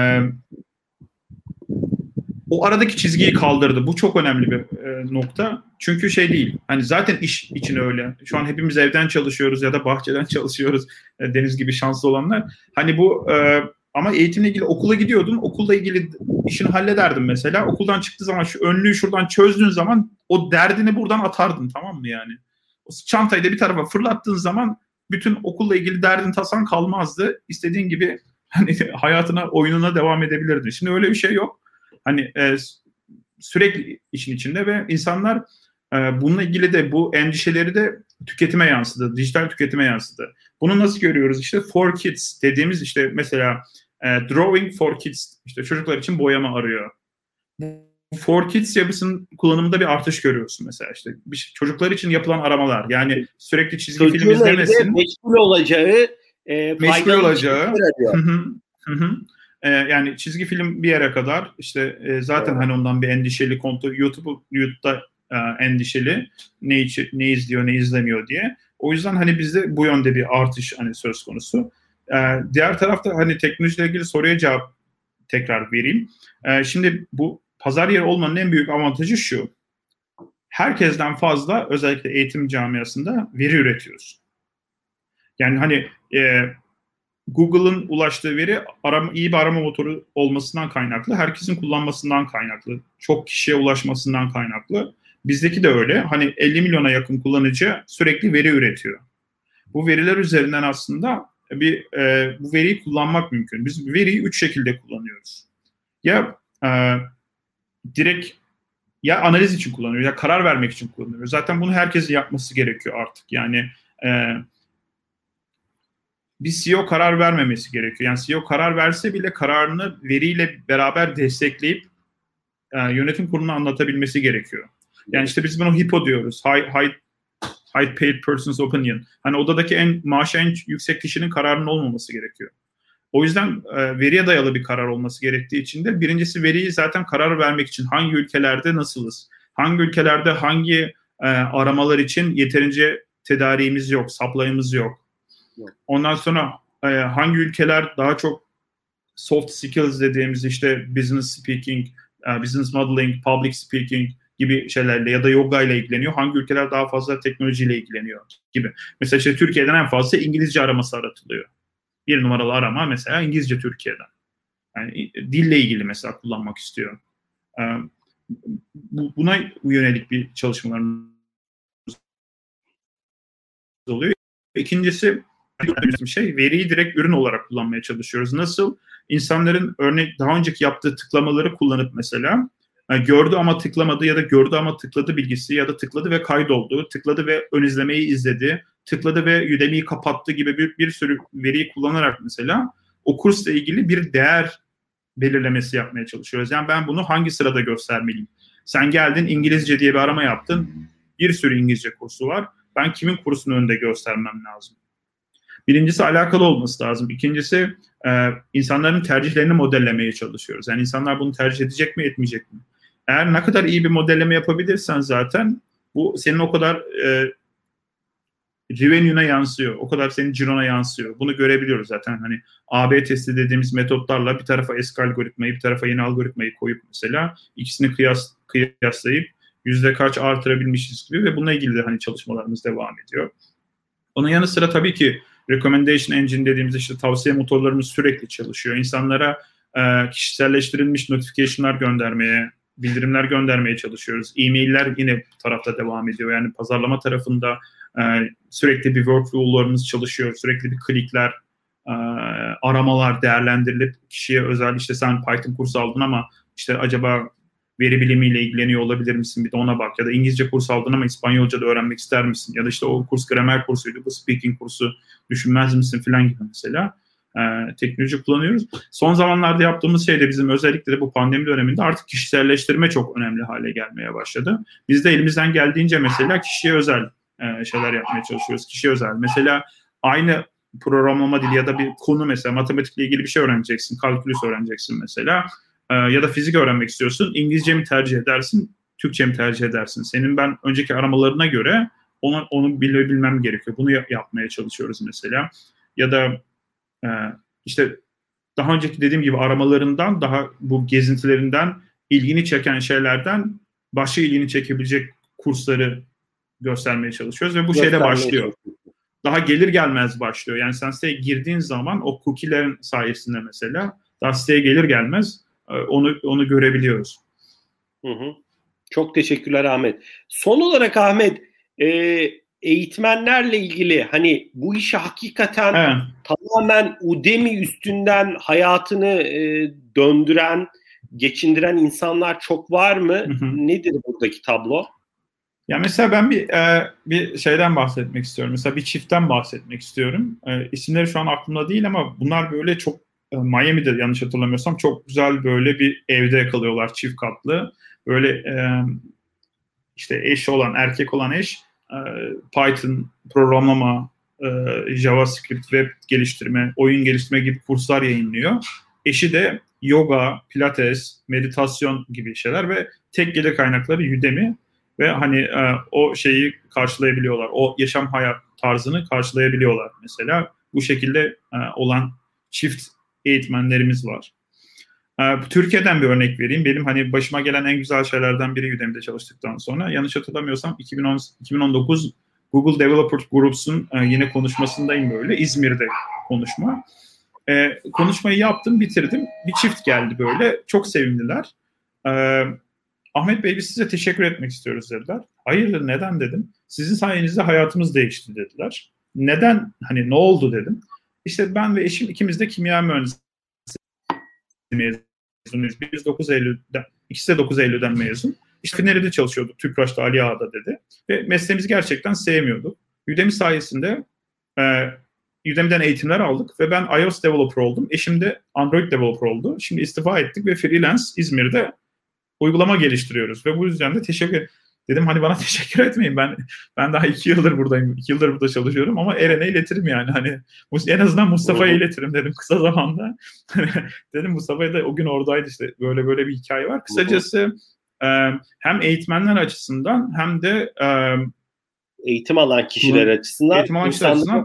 o aradaki çizgiyi kaldırdı. Bu çok önemli bir nokta. Çünkü şey değil. Hani zaten iş için öyle. Şu an hepimiz evden çalışıyoruz ya da bahçeden çalışıyoruz. Deniz gibi şanslı olanlar. Hani bu ama eğitimle ilgili okula gidiyordun. Okulla ilgili işini hallederdin mesela. Okuldan çıktığı zaman şu önlüğü şuradan çözdüğün zaman o derdini buradan atardın, tamam mı yani? O çantayı da bir tarafa fırlattığın zaman bütün okulla ilgili derdin tasan kalmazdı. İstediğin gibi hani hayatına, oyununa devam edebilirdin. Şimdi öyle bir şey yok. Hani sürekli işin içinde ve insanlar bununla ilgili de bu endişeleri de tüketime yansıdı. Dijital tüketime yansıdı. Bunu nasıl görüyoruz? İşte for kids dediğimiz işte mesela drawing for kids, işte çocuklar için boyama arıyor. For kids yapısının kullanımında bir artış görüyorsun mesela işte. Çocuklar için yapılan aramalar. Yani sürekli çizgi film izlemesin. Meşgul olacağı yani çizgi film bir yere kadar işte zaten hani ondan bir endişeli kontrol YouTube'da endişeli ne izliyor ne izlemiyor diye. O yüzden hani bizde bu yönde bir artış hani söz konusu. Diğer tarafta hani teknolojiyle ilgili soruya cevap tekrar vereyim. Şimdi bu pazar yeri olmanın en büyük avantajı şu. Herkesten fazla özellikle eğitim camiasında veri üretiyoruz. Yani hani Google'ın ulaştığı veri iyi bir arama motoru olmasından kaynaklı, herkesin kullanmasından kaynaklı, çok kişiye ulaşmasından kaynaklı. Bizdeki de öyle. Hani 50 milyona yakın kullanıcı sürekli veri üretiyor. Bu veriler üzerinden aslında bu veriyi kullanmak mümkün. Biz veriyi 3 şekilde kullanıyoruz. Ya direkt ya analiz için kullanıyoruz ya karar vermek için kullanıyoruz. Zaten bunu herkesin yapması gerekiyor artık. Yani bir CEO karar vermemesi gerekiyor. Yani CEO karar verse bile kararını veriyle beraber destekleyip yönetim kuruluna anlatabilmesi gerekiyor. Yani işte biz bunu HIPPO diyoruz. High Paid Person's Opinion. Hani odadaki maaşı en yüksek kişinin kararının olmaması gerekiyor. O yüzden veriye dayalı bir karar olması gerektiği için de birincisi veriyi zaten karar vermek için hangi ülkelerde nasılız? Hangi ülkelerde hangi aramalar için yeterince tedariğimiz yok, supply'ımız yok. Ondan sonra hangi ülkeler daha çok soft skills dediğimiz işte business speaking, business modeling, public speaking gibi şeylerle ya da yoga ile ilgileniyor. Hangi ülkeler daha fazla teknolojiyle ilgileniyor gibi. Mesela işte Türkiye'den en fazla İngilizce araması aratılıyor. Bir numaralı arama mesela İngilizce Türkiye'den. Yani dille ilgili mesela kullanmak istiyor. Buna yönelik bir çalışmalarımız oluyor. İkincisi veriyi direkt ürün olarak kullanmaya çalışıyoruz. Nasıl? İnsanların örnek daha önceki yaptığı tıklamaları kullanıp mesela gördü ama tıklamadı ya da gördü ama tıkladı bilgisi ya da tıkladı ve kaydoldu, tıkladı ve ön izlemeyi izledi, tıkladı ve Udemy'yi kapattı gibi bir sürü veriyi kullanarak mesela o kursla ilgili bir değer belirlemesi yapmaya çalışıyoruz. Yani ben bunu hangi sırada göstermeliyim? Sen geldin İngilizce diye bir arama yaptın. Bir sürü İngilizce kursu var. Ben kimin kursunu önde göstermem lazım? Birincisi alakalı olması lazım. İkincisi insanların tercihlerini modellemeye çalışıyoruz. Yani insanlar bunu tercih edecek mi, etmeyecek mi? Eğer ne kadar iyi bir modelleme yapabilirsen zaten bu senin o kadar revenue'na yansıyor. O kadar senin cirona yansıyor. Bunu görebiliyoruz zaten. Hani A/B testi dediğimiz metotlarla bir tarafa eski algoritmayı, bir tarafa yeni algoritmayı koyup mesela ikisini kıyaslayıp yüzde kaç artırabilmişiz gibi ve bununla ilgili de hani çalışmalarımız devam ediyor. Onun yanı sıra tabii ki recommendation engine dediğimiz işte tavsiye motorlarımız sürekli çalışıyor. İnsanlara kişiselleştirilmiş notification'lar göndermeye, bildirimler göndermeye çalışıyoruz. E-mailler yine bu tarafta devam ediyor. Yani pazarlama tarafında sürekli bir workflow'larımız çalışıyor. Sürekli bir klikler, aramalar değerlendirilip kişiye özel işte sen Python kursu aldın ama işte acaba veri bilimiyle ilgileniyor olabilir misin? Bir de ona bak. Ya da İngilizce kurs aldın ama İspanyolca da öğrenmek ister misin? Ya da işte o kurs gramer kursuydu, bu speaking kursu düşünmez misin falan gibi mesela. Teknoloji kullanıyoruz. Son zamanlarda yaptığımız şey de bizim özellikle de bu pandemi döneminde artık kişiselleştirme çok önemli hale gelmeye başladı. Biz de elimizden geldiğince mesela kişiye özel şeyler yapmaya çalışıyoruz. Kişiye özel. Mesela aynı programlama dili ya da bir konu mesela matematikle ilgili bir şey öğreneceksin. Kalkülüs öğreneceksin mesela. Ya da fizik öğrenmek istiyorsun. İngilizce mi tercih edersin? Türkçe mi tercih edersin? Senin ben önceki aramalarına göre onu bilmem gerekiyor. Bunu yapmaya çalışıyoruz mesela. Ya da işte daha önceki dediğim gibi aramalarından daha bu gezintilerinden ilgini çeken şeylerden başka ilgini çekebilecek kursları göstermeye çalışıyoruz ve bu şeyde başlıyor. Daha gelir gelmez başlıyor. Yani sen siteye girdiğin zaman o cookie'lerin sayesinde mesela daha siteye gelir gelmez onu görebiliyoruz. Çok teşekkürler Ahmet. Son olarak Ahmet, eğitmenlerle ilgili hani bu işi hakikaten tamamen Udemy üstünden hayatını döndüren, geçindiren insanlar çok var mı? Nedir buradaki tablo? Ya mesela ben bir şeyden bahsetmek istiyorum. Mesela bir çiftten bahsetmek istiyorum. İsimleri şu an aklımda değil ama bunlar böyle çok Miami'de yanlış hatırlamıyorsam çok güzel böyle bir evde kalıyorlar çift katlı. Böyle işte eş olan, erkek olan eş Python, programlama, JavaScript, web geliştirme, oyun geliştirme gibi kurslar yayınlıyor. Eşi de yoga, pilates, meditasyon gibi şeyler ve tek gelir kaynakları Udemy ve hani o şeyi karşılayabiliyorlar. O yaşam hayat tarzını karşılayabiliyorlar mesela. Bu şekilde olan çift eğitmenlerimiz var. Türkiye'den bir örnek vereyim. Benim hani başıma gelen en güzel şeylerden biri Udemy'de çalıştıktan sonra. Yanlış hatırlamıyorsam 2019 Google Developer Groups'un yine konuşmasındayım böyle. İzmir'de konuşma. Konuşmayı yaptım, bitirdim. Bir çift geldi böyle. Çok sevindiler. Ahmet Bey biz size teşekkür etmek istiyoruz dediler. Hayırdır neden dedim. Sizin sayenizde hayatımız değişti dediler. Neden hani ne oldu dedim. İşte ben ve eşim ikimiz de kimya mühendisi mezunuyuz. Biz 9 Eylül'den, ikisi de 9 Eylül'den mezun. İşte nerede çalışıyorduk? Tüpraş'ta, Ali Ağa'da dedi. Ve mesleğimizi gerçekten sevmiyorduk. Udemy sayesinde Udemy'den eğitimler aldık ve ben iOS developer oldum. Eşim de Android developer oldu. Şimdi istifa ettik ve freelance İzmir'de uygulama geliştiriyoruz. Ve bu yüzden de dedim hani bana teşekkür etmeyin. Ben daha 2 yıldır buradayım. 2 yıldır burada çalışıyorum ama Eren'e iletirim yani. Hani en azından Mustafa'ya iletirim dedim kısa zamanda. Dedim Mustafa'ya da o gün oradaydı işte. Böyle bir hikaye var. Kısacası hem eğitmenler açısından hem de eğitim alan kişiler açısından. Eğitim alan kişiler açısından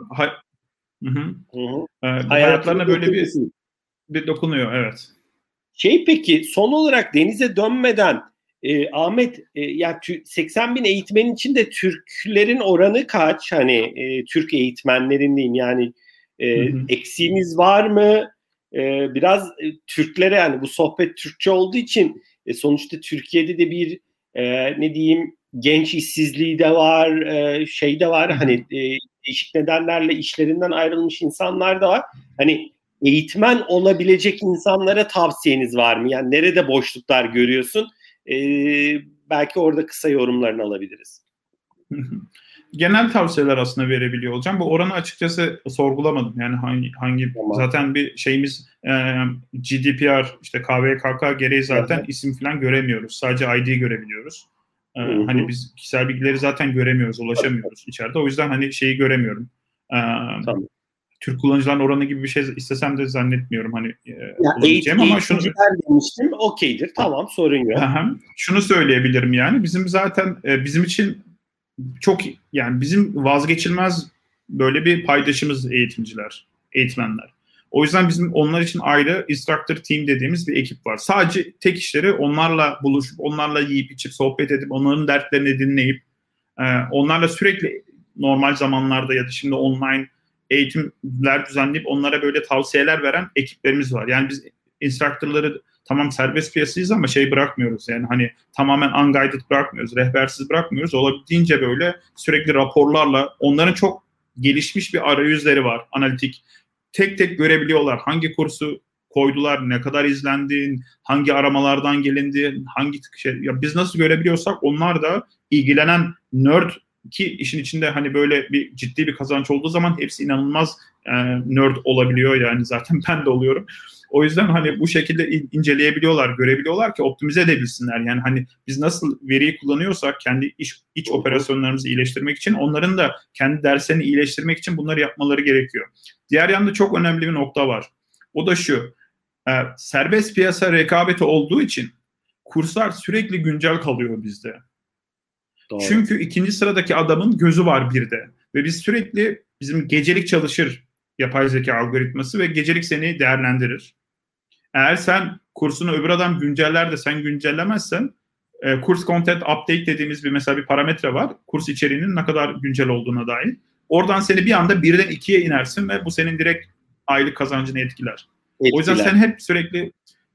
hayatlarına böyle bir dokunuyor. Evet. Peki son olarak Deniz'e dönmeden Ahmet ya 80 bin eğitmenin içinde Türklerin oranı kaç? Hani Türk eğitmenlerin diyeyim yani eksiğimiz var mı? Biraz Türklere yani bu sohbet Türkçe olduğu için sonuçta Türkiye'de de bir ne diyeyim genç işsizliği de var, şey de var hani değişik nedenlerle işlerinden ayrılmış insanlar da var. Hani eğitmen olabilecek insanlara tavsiyeniz var mı? Yani nerede boşluklar görüyorsun? Belki orada kısa yorumlarını alabiliriz. Genel tavsiyeler aslında verebiliyor olacağım. Bu oranı açıkçası sorgulamadım. Yani hangi tamam. Zaten bir şeyimiz GDPR işte KVKK gereği zaten isim falan göremiyoruz. Sadece ID görebiliyoruz. Hani biz kişisel bilgileri zaten göremiyoruz, ulaşamıyoruz içeride. O yüzden hani şeyi göremiyorum. Tamam. Türk kullanıcıların oranı gibi bir şey istesem de zannetmiyorum hani olabileceğim ama şunu demiştim okeydir tamam sorun yok. Şunu söyleyebilirim yani bizim zaten bizim için çok yani bizim vazgeçilmez böyle bir paydaşımız eğitmenler. O yüzden bizim onlar için ayrı instructor team dediğimiz bir ekip var. Sadece tek işleri onlarla buluşup, onlarla yiyip içip sohbet edip, onların dertlerini dinleyip, onlarla sürekli normal zamanlarda ya da şimdi online eğitimler düzenleyip onlara böyle tavsiyeler veren ekiplerimiz var. Yani biz instructorları tamam serbest piyasayız ama şey bırakmıyoruz. Yani hani tamamen unguided bırakmıyoruz, rehbersiz bırakmıyoruz. Olabildiğince böyle sürekli raporlarla onların çok gelişmiş bir arayüzleri var, analitik. Tek tek görebiliyorlar hangi kursu koydular, ne kadar izlendi, hangi aramalardan gelindi, hangi şey. Ya biz nasıl görebiliyorsak onlar da ilgilenen nerd ki işin içinde hani böyle bir ciddi bir kazanç olduğu zaman hepsi inanılmaz nerd olabiliyor yani zaten ben de oluyorum. O yüzden hani bu şekilde inceleyebiliyorlar, görebiliyorlar ki optimize edebilsinler. Yani hani biz nasıl veriyi kullanıyorsak kendi iç operasyonlarımızı iyileştirmek için onların da kendi derslerini iyileştirmek için bunları yapmaları gerekiyor. Diğer yanda çok önemli bir nokta var. O da şu, serbest piyasa rekabeti olduğu için kurslar sürekli güncel kalıyor bizde. Doğru. Çünkü ikinci sıradaki adamın gözü var bir de. Ve biz sürekli bizim gecelik çalışır yapay zeka algoritması ve gecelik seni değerlendirir. Eğer sen kursunu öbür adam günceller de sen güncellemezsen kurs content update dediğimiz bir parametre var. Kurs içeriğinin ne kadar güncel olduğuna dair. Oradan seni bir anda 1'den 2'ye inersin ve bu senin direkt aylık kazancını etkiler. O yüzden sen hep sürekli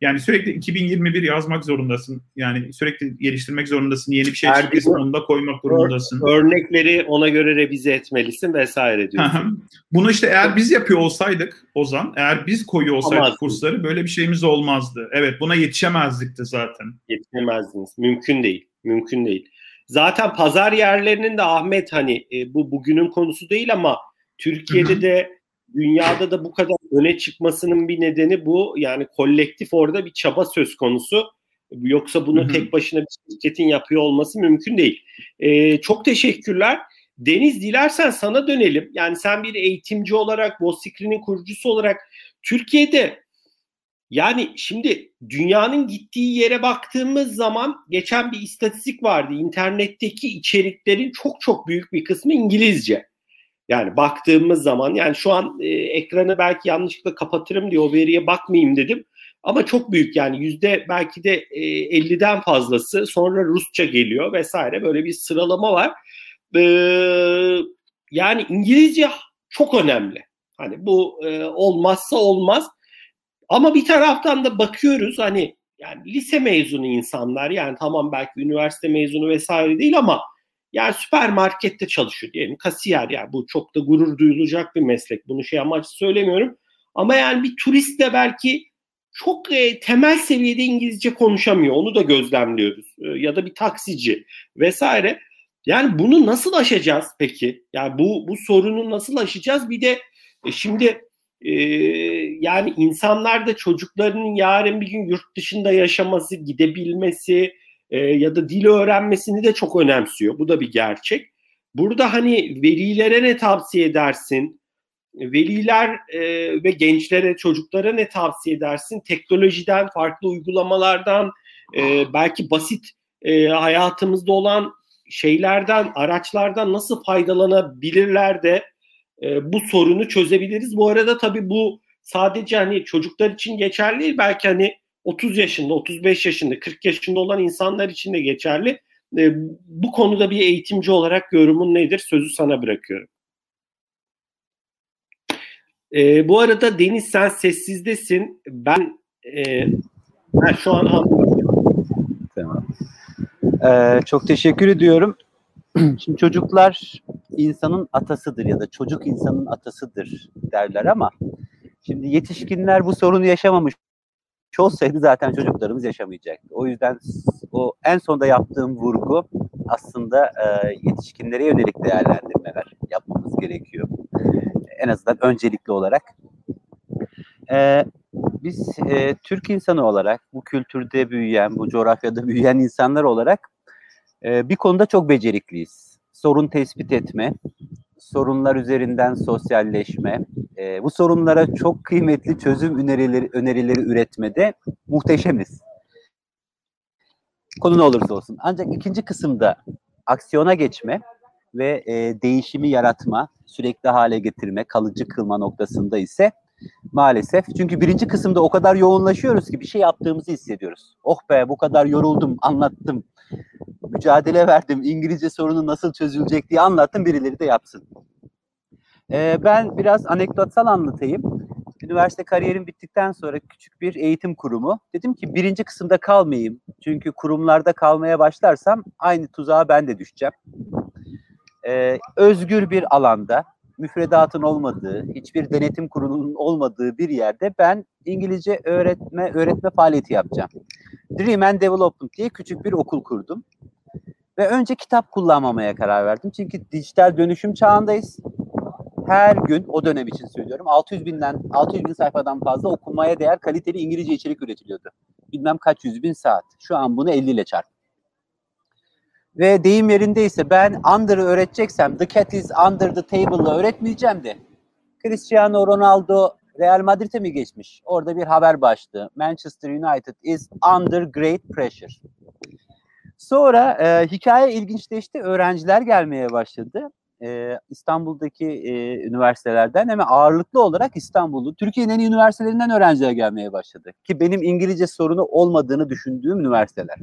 2021 yazmak zorundasın. Yani sürekli geliştirmek zorundasın. Yeni bir şey çıkıyorsa onu da koymak durumundasın. Örnekleri ona göre revize etmelisin vesaire diyorsun. Bunu işte eğer biz yapıyor olsaydık Ozan, eğer biz koyuyor olsaydık kursları böyle bir şeyimiz olmazdı. Evet, buna yetişemezdik de zaten. Yetişemezdiniz. Mümkün değil. Mümkün değil. Zaten pazar yerlerinin de Ahmet hani bu bugünün konusu değil ama Türkiye'de de dünyada da bu kadar öne çıkmasının bir nedeni bu. Yani kolektif orada bir çaba söz konusu. Yoksa bunu tek başına bir şirketin yapıyor olması mümkün değil. Çok teşekkürler. Deniz dilersen sana dönelim. Yani sen bir eğitimci olarak, WOSIKRI'nin kurucusu olarak Türkiye'de yani şimdi dünyanın gittiği yere baktığımız zaman geçen bir istatistik vardı. İnternetteki içeriklerin çok çok büyük bir kısmı İngilizce. Yani baktığımız zaman yani şu an ekranı belki yanlışlıkla kapatırım diye o veriye bakmayayım dedim. Ama çok büyük yani belki de 50'den fazlası sonra Rusça geliyor vesaire böyle bir sıralama var. Yani İngilizce çok önemli. Hani bu olmazsa olmaz. Ama bir taraftan da bakıyoruz hani yani lise mezunu insanlar, yani tamam belki üniversite mezunu vesaire değil ama yani süpermarkette çalışıyor diyelim, kasiyer, yani bu çok da gurur duyulacak bir meslek. Bunu şey amaçlı söylemiyorum. Ama yani bir turist de belki çok temel seviyede İngilizce konuşamıyor. Onu da gözlemliyoruz. Ya da bir taksici vesaire. Yani bunu nasıl aşacağız peki? Yani bu sorunu nasıl aşacağız? Bir de şimdi yani insanlar da çocuklarının yarın bir gün yurt dışında yaşaması, gidebilmesi ya da dil öğrenmesini de çok önemsiyor. Bu da bir gerçek. Burada hani velilere ne tavsiye edersin? Veliler ve gençlere, çocuklara ne tavsiye edersin? Teknolojiden, farklı uygulamalardan, belki basit hayatımızda olan şeylerden, araçlardan nasıl faydalanabilirler de bu sorunu çözebiliriz. Bu arada tabii bu sadece hani çocuklar için geçerli değil, belki hani 30 yaşında, 35 yaşında, 40 yaşında olan insanlar için de geçerli. Bu konuda bir eğitimci olarak yorumun nedir? Sözü sana bırakıyorum. Bu arada Deniz, sen sessizdesin. Ben şu an anlıyorum. Tamam. Çok teşekkür ediyorum. Şimdi çocuklar insanın atasıdır ya da çocuk insanın atasıdır derler ama şimdi yetişkinler bu sorunu yaşamamış olsaydı zaten çocuklarımız yaşamayacaktı. O yüzden o en sonda yaptığım vurgu aslında yetişkinlere yönelik değerlendirmeler yapmamız gerekiyor. En azından öncelikli olarak. Biz Türk insanı olarak, bu kültürde büyüyen, bu coğrafyada büyüyen insanlar olarak bir konuda çok becerikliyiz. Sorun tespit etme, sorunlar üzerinden sosyalleşme, bu sorunlara çok kıymetli çözüm önerileri üretmede muhteşemiz. Konu ne olursa olsun. Ancak ikinci kısımda aksiyona geçme ve değişimi yaratma, sürekli hale getirme, kalıcı kılma noktasında ise maalesef. Çünkü birinci kısımda o kadar yoğunlaşıyoruz ki bir şey yaptığımızı hissediyoruz. Oh be, bu kadar yoruldum, anlattım, mücadele verdim, İngilizce sorunu nasıl çözülecek diye anlattım, birileri de yapsın. Ben biraz anekdotsal anlatayım. Üniversite kariyerim bittikten sonra küçük bir eğitim kurumu. Dedim ki birinci kısımda kalmayayım. Çünkü kurumlarda kalmaya başlarsam aynı tuzağa ben de düşeceğim. Özgür bir alanda, müfredatın olmadığı, hiçbir denetim kurulunun olmadığı bir yerde ben İngilizce öğretme faaliyeti yapacağım. Dream and Development diye küçük bir okul kurdum. Ve önce kitap kullanmamaya karar verdim. Çünkü dijital dönüşüm çağındayız. Her gün, o dönem için söylüyorum, 600 bin sayfadan fazla okunmaya değer kaliteli İngilizce içerik üretiliyordu. Bilmem kaç 100 bin saat. Şu an bunu 50 ile çarp. Ve deyim yerindeyse ben under'ı öğreteceksem the cat is under the table'la öğretmeyeceğim de Cristiano Ronaldo Real Madrid'e mi geçmiş? Orada bir haber başlığı. Manchester United is under great pressure. Sonra hikaye ilginçleşti. Öğrenciler gelmeye başladı. İstanbul'daki üniversitelerden, hemen ağırlıklı olarak İstanbul'u, Türkiye'nin en iyi üniversitelerinden öğrenciler gelmeye başladı. Ki benim İngilizce sorunu olmadığını düşündüğüm üniversiteler.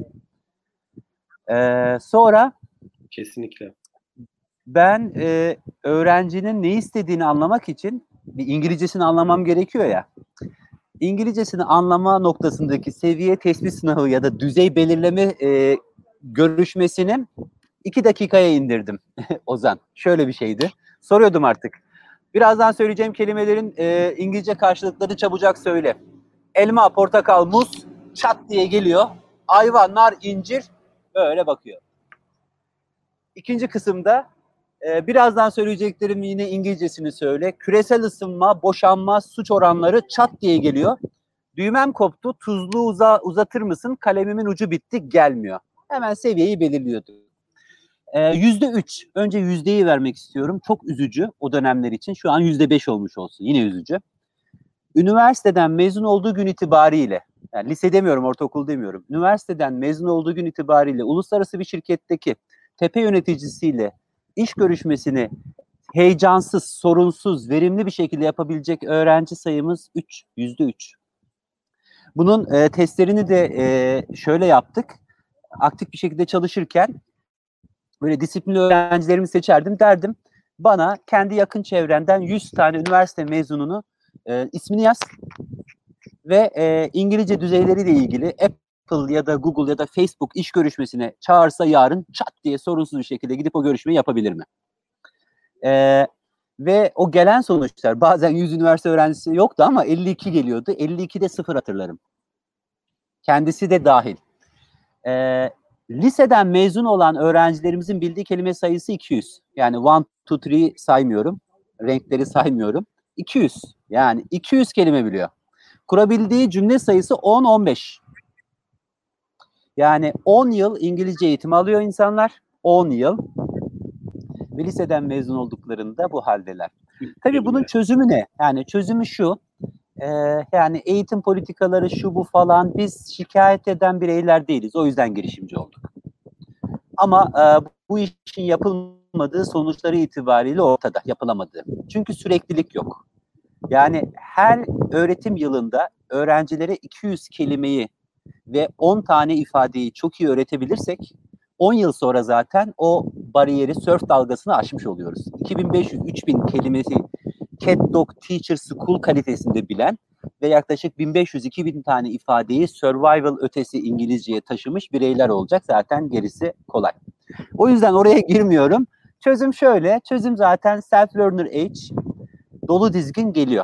Sonra kesinlikle ben öğrencinin ne istediğini anlamak için bir İngilizcesini anlamam gerekiyor ya. İngilizcesini anlama noktasındaki seviye tespit sınavı ya da düzey belirleme görüşmesini 2 dakikaya indirdim Ozan. Şöyle bir şeydi. Soruyordum artık. Birazdan söyleyeceğim kelimelerin İngilizce karşılıklarını çabucak söyle. Elma, portakal, muz çat diye geliyor. Ayva, nar, incir böyle bakıyor. İkinci kısımda birazdan söyleyeceklerim yine İngilizcesini söyle. Küresel ısınma, boşanma, suç oranları çat diye geliyor. Düğmem koptu, tuzluğu uzatır mısın? Kalemimin ucu bitti, gelmiyor. Hemen seviyeyi belirliyordu. %3. Önce yüzdeyi vermek istiyorum. Çok üzücü o dönemler için. Şu an %5 olmuş olsun. Yine üzücü. Üniversiteden mezun olduğu gün itibariyle, yani lise demiyorum, ortaokul demiyorum. Üniversiteden mezun olduğu gün itibariyle uluslararası bir şirketteki tepe yöneticisiyle iş görüşmesini heyecansız, sorunsuz, verimli bir şekilde yapabilecek öğrenci sayımız %3. Bunun testlerini de şöyle yaptık. Aktif bir şekilde çalışırken böyle disiplinli öğrencilerimi seçerdim, derdim bana kendi yakın çevrenden 100 tane üniversite mezununu ismini yaz ve İngilizce düzeyleriyle ilgili Apple ya da Google ya da Facebook iş görüşmesine çağırsa yarın çat diye sorunsuz bir şekilde gidip o görüşmeyi yapabilir mi? Ve o gelen sonuçlar, bazen 100 üniversite öğrencisi yoktu ama 52 geliyordu. 52'de 0 hatırlarım. Kendisi de dahil. Liseden mezun olan öğrencilerimizin bildiği kelime sayısı 200. Yani 1, 2, 3 saymıyorum. Renkleri saymıyorum. 200. Yani 200 kelime biliyor. Kurabildiği cümle sayısı 10-15. Yani 10 yıl İngilizce eğitimi alıyor insanlar. 10 yıl. Ve liseden mezun olduklarında bu haldeler. Tabii bunun çözümü ne? Yani çözümü şu. Yani eğitim politikaları şu bu falan, biz şikayet eden bireyler değiliz. O yüzden girişimci olduk. Ama bu işin yapılmadığı sonuçları itibariyle ortada, yapılamadığı. Çünkü süreklilik yok. Yani her öğretim yılında öğrencilere 200 kelimeyi ve 10 tane ifadeyi çok iyi öğretebilirsek 10 yıl sonra zaten o bariyeri, sörf dalgasını aşmış oluyoruz. 2500-3000 kelimesi Cat Dog Teacher School kalitesinde bilen ve yaklaşık 1500-2000 tane ifadeyi survival ötesi İngilizceye taşımış bireyler olacak. Zaten gerisi kolay. O yüzden oraya girmiyorum. Çözüm şöyle. Çözüm zaten self-learner age dolu dizgin geliyor.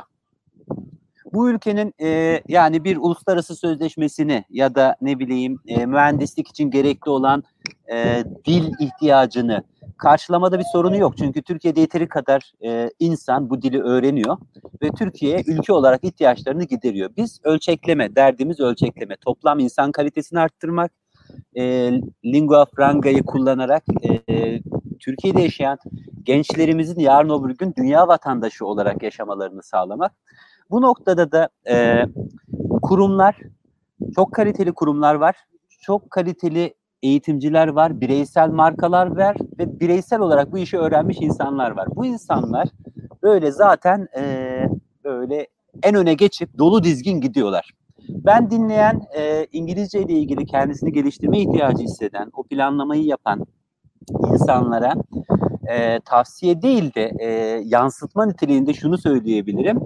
Bu ülkenin yani bir uluslararası sözleşmesini ya da ne bileyim mühendislik için gerekli olan dil ihtiyacını karşılamada bir sorunu yok. Çünkü Türkiye'de yeteri kadar insan bu dili öğreniyor ve Türkiye ülke olarak ihtiyaçlarını gideriyor. Biz ölçekleme, derdimiz ölçekleme, toplam insan kalitesini arttırmak, lingua franca'yı kullanarak Türkiye'de yaşayan gençlerimizin yarın öbür gün dünya vatandaşı olarak yaşamalarını sağlamak. Bu noktada da kurumlar, çok kaliteli kurumlar var, çok kaliteli eğitimciler var, bireysel markalar var ve bireysel olarak bu işi öğrenmiş insanlar var. Bu insanlar böyle zaten böyle en öne geçip dolu dizgin gidiyorlar. Ben dinleyen, İngilizce ile ilgili kendisini geliştirme ihtiyacı hisseden, o planlamayı yapan insanlara tavsiye değil de yansıtma niteliğinde şunu söyleyebilirim.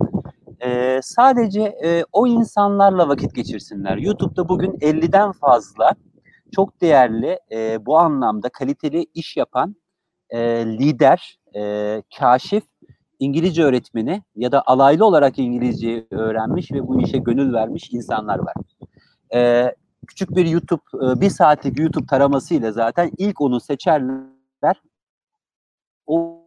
Sadece o insanlarla vakit geçirsinler. YouTube'da bugün 50'den fazla çok değerli, bu anlamda kaliteli iş yapan lider, kaşif, İngilizce öğretmeni ya da alaylı olarak İngilizceyi öğrenmiş ve bu işe gönül vermiş insanlar var. Küçük bir YouTube, bir saatlik YouTube taramasıyla zaten ilk onu seçerler. O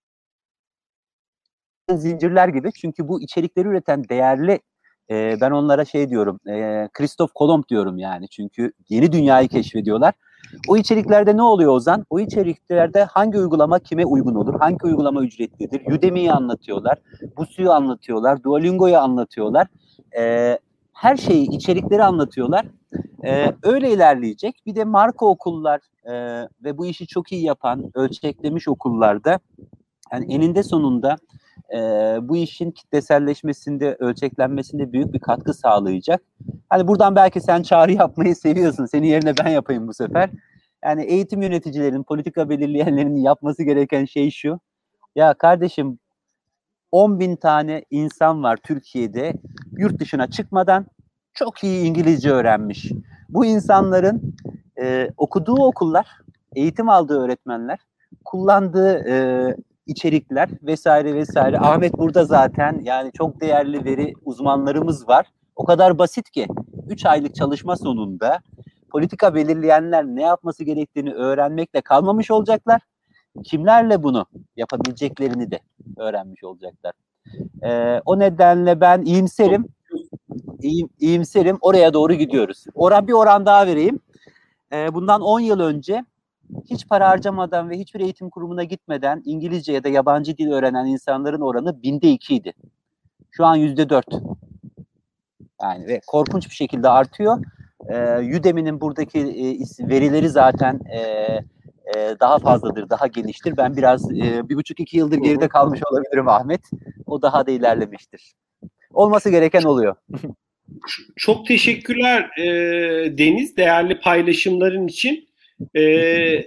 zincirler gibi, çünkü bu içerikleri üreten değerli, ben onlara şey diyorum, Christoph Kolomb diyorum yani, çünkü yeni dünyayı keşfediyorlar. O içeriklerde ne oluyor Ozan? O içeriklerde hangi uygulama kime uygun olur? Hangi uygulama ücretlidir? Udemy'yi anlatıyorlar, Busuu anlatıyorlar, Duolingo'yu anlatıyorlar. Her şeyi, içerikleri anlatıyorlar. Öyle ilerleyecek. Bir de marka okullar ve bu işi çok iyi yapan, ölçeklemiş okullarda yani eninde sonunda bu işin kitleselleşmesinde, ölçeklenmesinde büyük bir katkı sağlayacak. Hani buradan belki sen çağrı yapmayı seviyorsun. Senin yerine ben yapayım bu sefer. Yani eğitim yöneticilerin, politika belirleyenlerin yapması gereken şey şu. Ya kardeşim, 10.000 tane insan var Türkiye'de yurt dışına çıkmadan çok iyi İngilizce öğrenmiş. Bu insanların okuduğu okullar, eğitim aldığı öğretmenler, kullandığı içerikler vesaire vesaire. Ahmet burada zaten, yani çok değerli veri uzmanlarımız var. O kadar basit ki 3 aylık çalışma sonunda politika belirleyenler ne yapması gerektiğini öğrenmekle kalmamış olacaklar. Kimlerle bunu yapabileceklerini de öğrenmiş olacaklar. O nedenle ben iyimserim. İyimserim. Oraya doğru gidiyoruz. Bir oran daha vereyim. Bundan 10 yıl önce hiç para harcamadan ve hiçbir eğitim kurumuna gitmeden İngilizce ya da yabancı dil öğrenen insanların oranı 1/2 idi. Şu an 4%. Yani ve korkunç bir şekilde artıyor. Udemy'nin buradaki verileri zaten daha fazladır, daha geniştir. Ben biraz 1,5-2 yıldır geride kalmış olabilirim Ahmet. O daha da ilerlemiştir. Olması gereken oluyor. Çok teşekkürler Deniz, değerli paylaşımların için.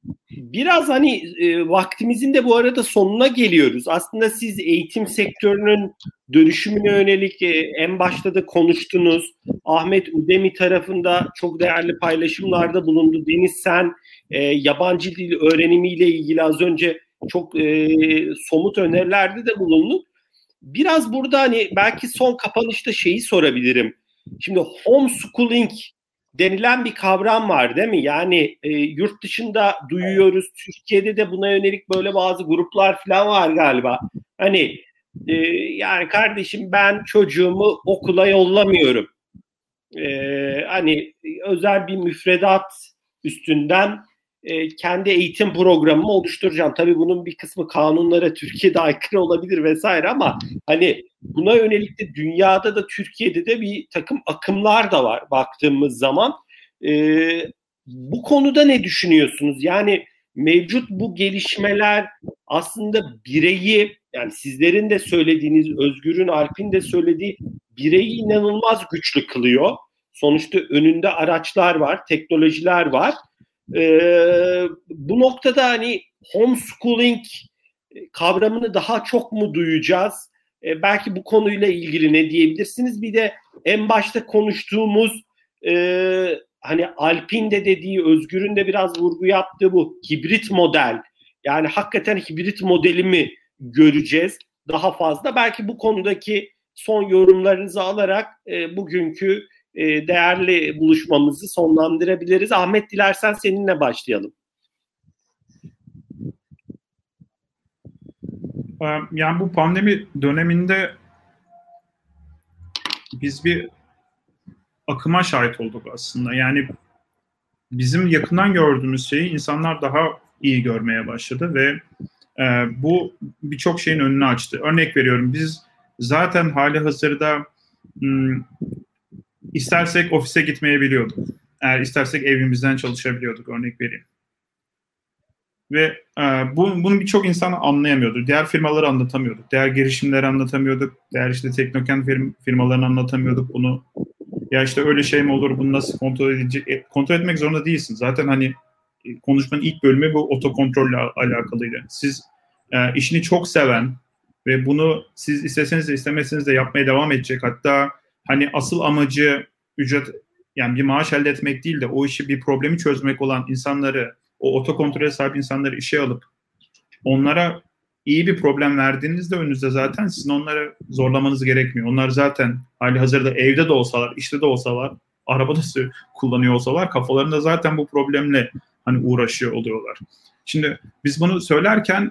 Biraz hani vaktimizin de bu arada sonuna geliyoruz. Aslında siz eğitim sektörünün dönüşümüne yönelik en başta da konuştunuz. Ahmet Udemy tarafında çok değerli paylaşımlarda bulundu. Deniz sen yabancı dil öğrenimiyle ilgili az önce çok somut önerilerde de bulundun. Biraz burada hani belki son kapanışta şeyi sorabilirim. Şimdi homeschooling denilen bir kavram var değil mi? Yani yurt dışında duyuyoruz. Türkiye'de de buna yönelik böyle bazı gruplar falan var galiba. Hani yani kardeşim ben çocuğumu okula yollamıyorum. Hani özel bir müfredat üstünden kendi eğitim programımı oluşturacağım. Tabii bunun bir kısmı kanunlara Türkiye'de aykırı olabilir vesaire ama hani buna yönelik de dünyada da Türkiye'de de bir takım akımlar da var baktığımız zaman. Bu konuda ne düşünüyorsunuz? Yani mevcut bu gelişmeler aslında bireyi, yani sizlerin de söylediğiniz, Özgür'ün, Alp'in de söylediği, bireyi inanılmaz güçlü kılıyor. Sonuçta önünde araçlar var, teknolojiler var. Bu noktada hani homeschooling kavramını daha çok mu duyacağız? Belki bu konuyla ilgili ne diyebilirsiniz? Bir de en başta konuştuğumuz hani Alp'in de dediği, Özgür'ün de biraz vurgu yaptığı bu hibrit model. Yani hakikaten hibrit modeli mi göreceğiz daha fazla? Belki bu konudaki son yorumlarınızı alarak bugünkü değerli buluşmamızı sonlandırabiliriz. Ahmet, dilersen seninle başlayalım. Yani bu pandemi döneminde biz bir akıma şahit olduk aslında. Yani bizim yakından gördüğümüz şeyi insanlar daha iyi görmeye başladı ve bu birçok şeyin önünü açtı. Örnek veriyorum, biz zaten hali hazırda istersek ofise gitmeyebiliyorduk. Eğer istersek evimizden çalışabiliyorduk, örnek vereyim. Ve bunu birçok insan anlayamıyordu. Diğer firmaları anlatamıyorduk. Diğer girişimleri anlatamıyorduk. Diğer işte teknoken firmalarını anlatamıyorduk bunu. Ya işte öyle şey mi olur, bunu nasıl kontrol edilecek? Kontrol etmek zorunda değilsin. Zaten hani konuşmanın ilk bölümü bu otokontrolle alakalıydı. Siz işini çok seven ve bunu siz isteseniz de istemeseniz de yapmaya devam edecek. Hatta hani asıl amacı ücret, yani bir maaş elde etmek değil de o işi, bir problemi çözmek olan insanları, o otokontrole sahip insanları işe alıp onlara iyi bir problem verdiğinizde önünüzde zaten sizin onları zorlamanız gerekmiyor. Onlar zaten hali hazırda evde de olsalar, işte de olsalar, arabada kullanıyor olsalar kafalarında zaten bu problemle hani uğraşıyor oluyorlar. Şimdi biz bunu söylerken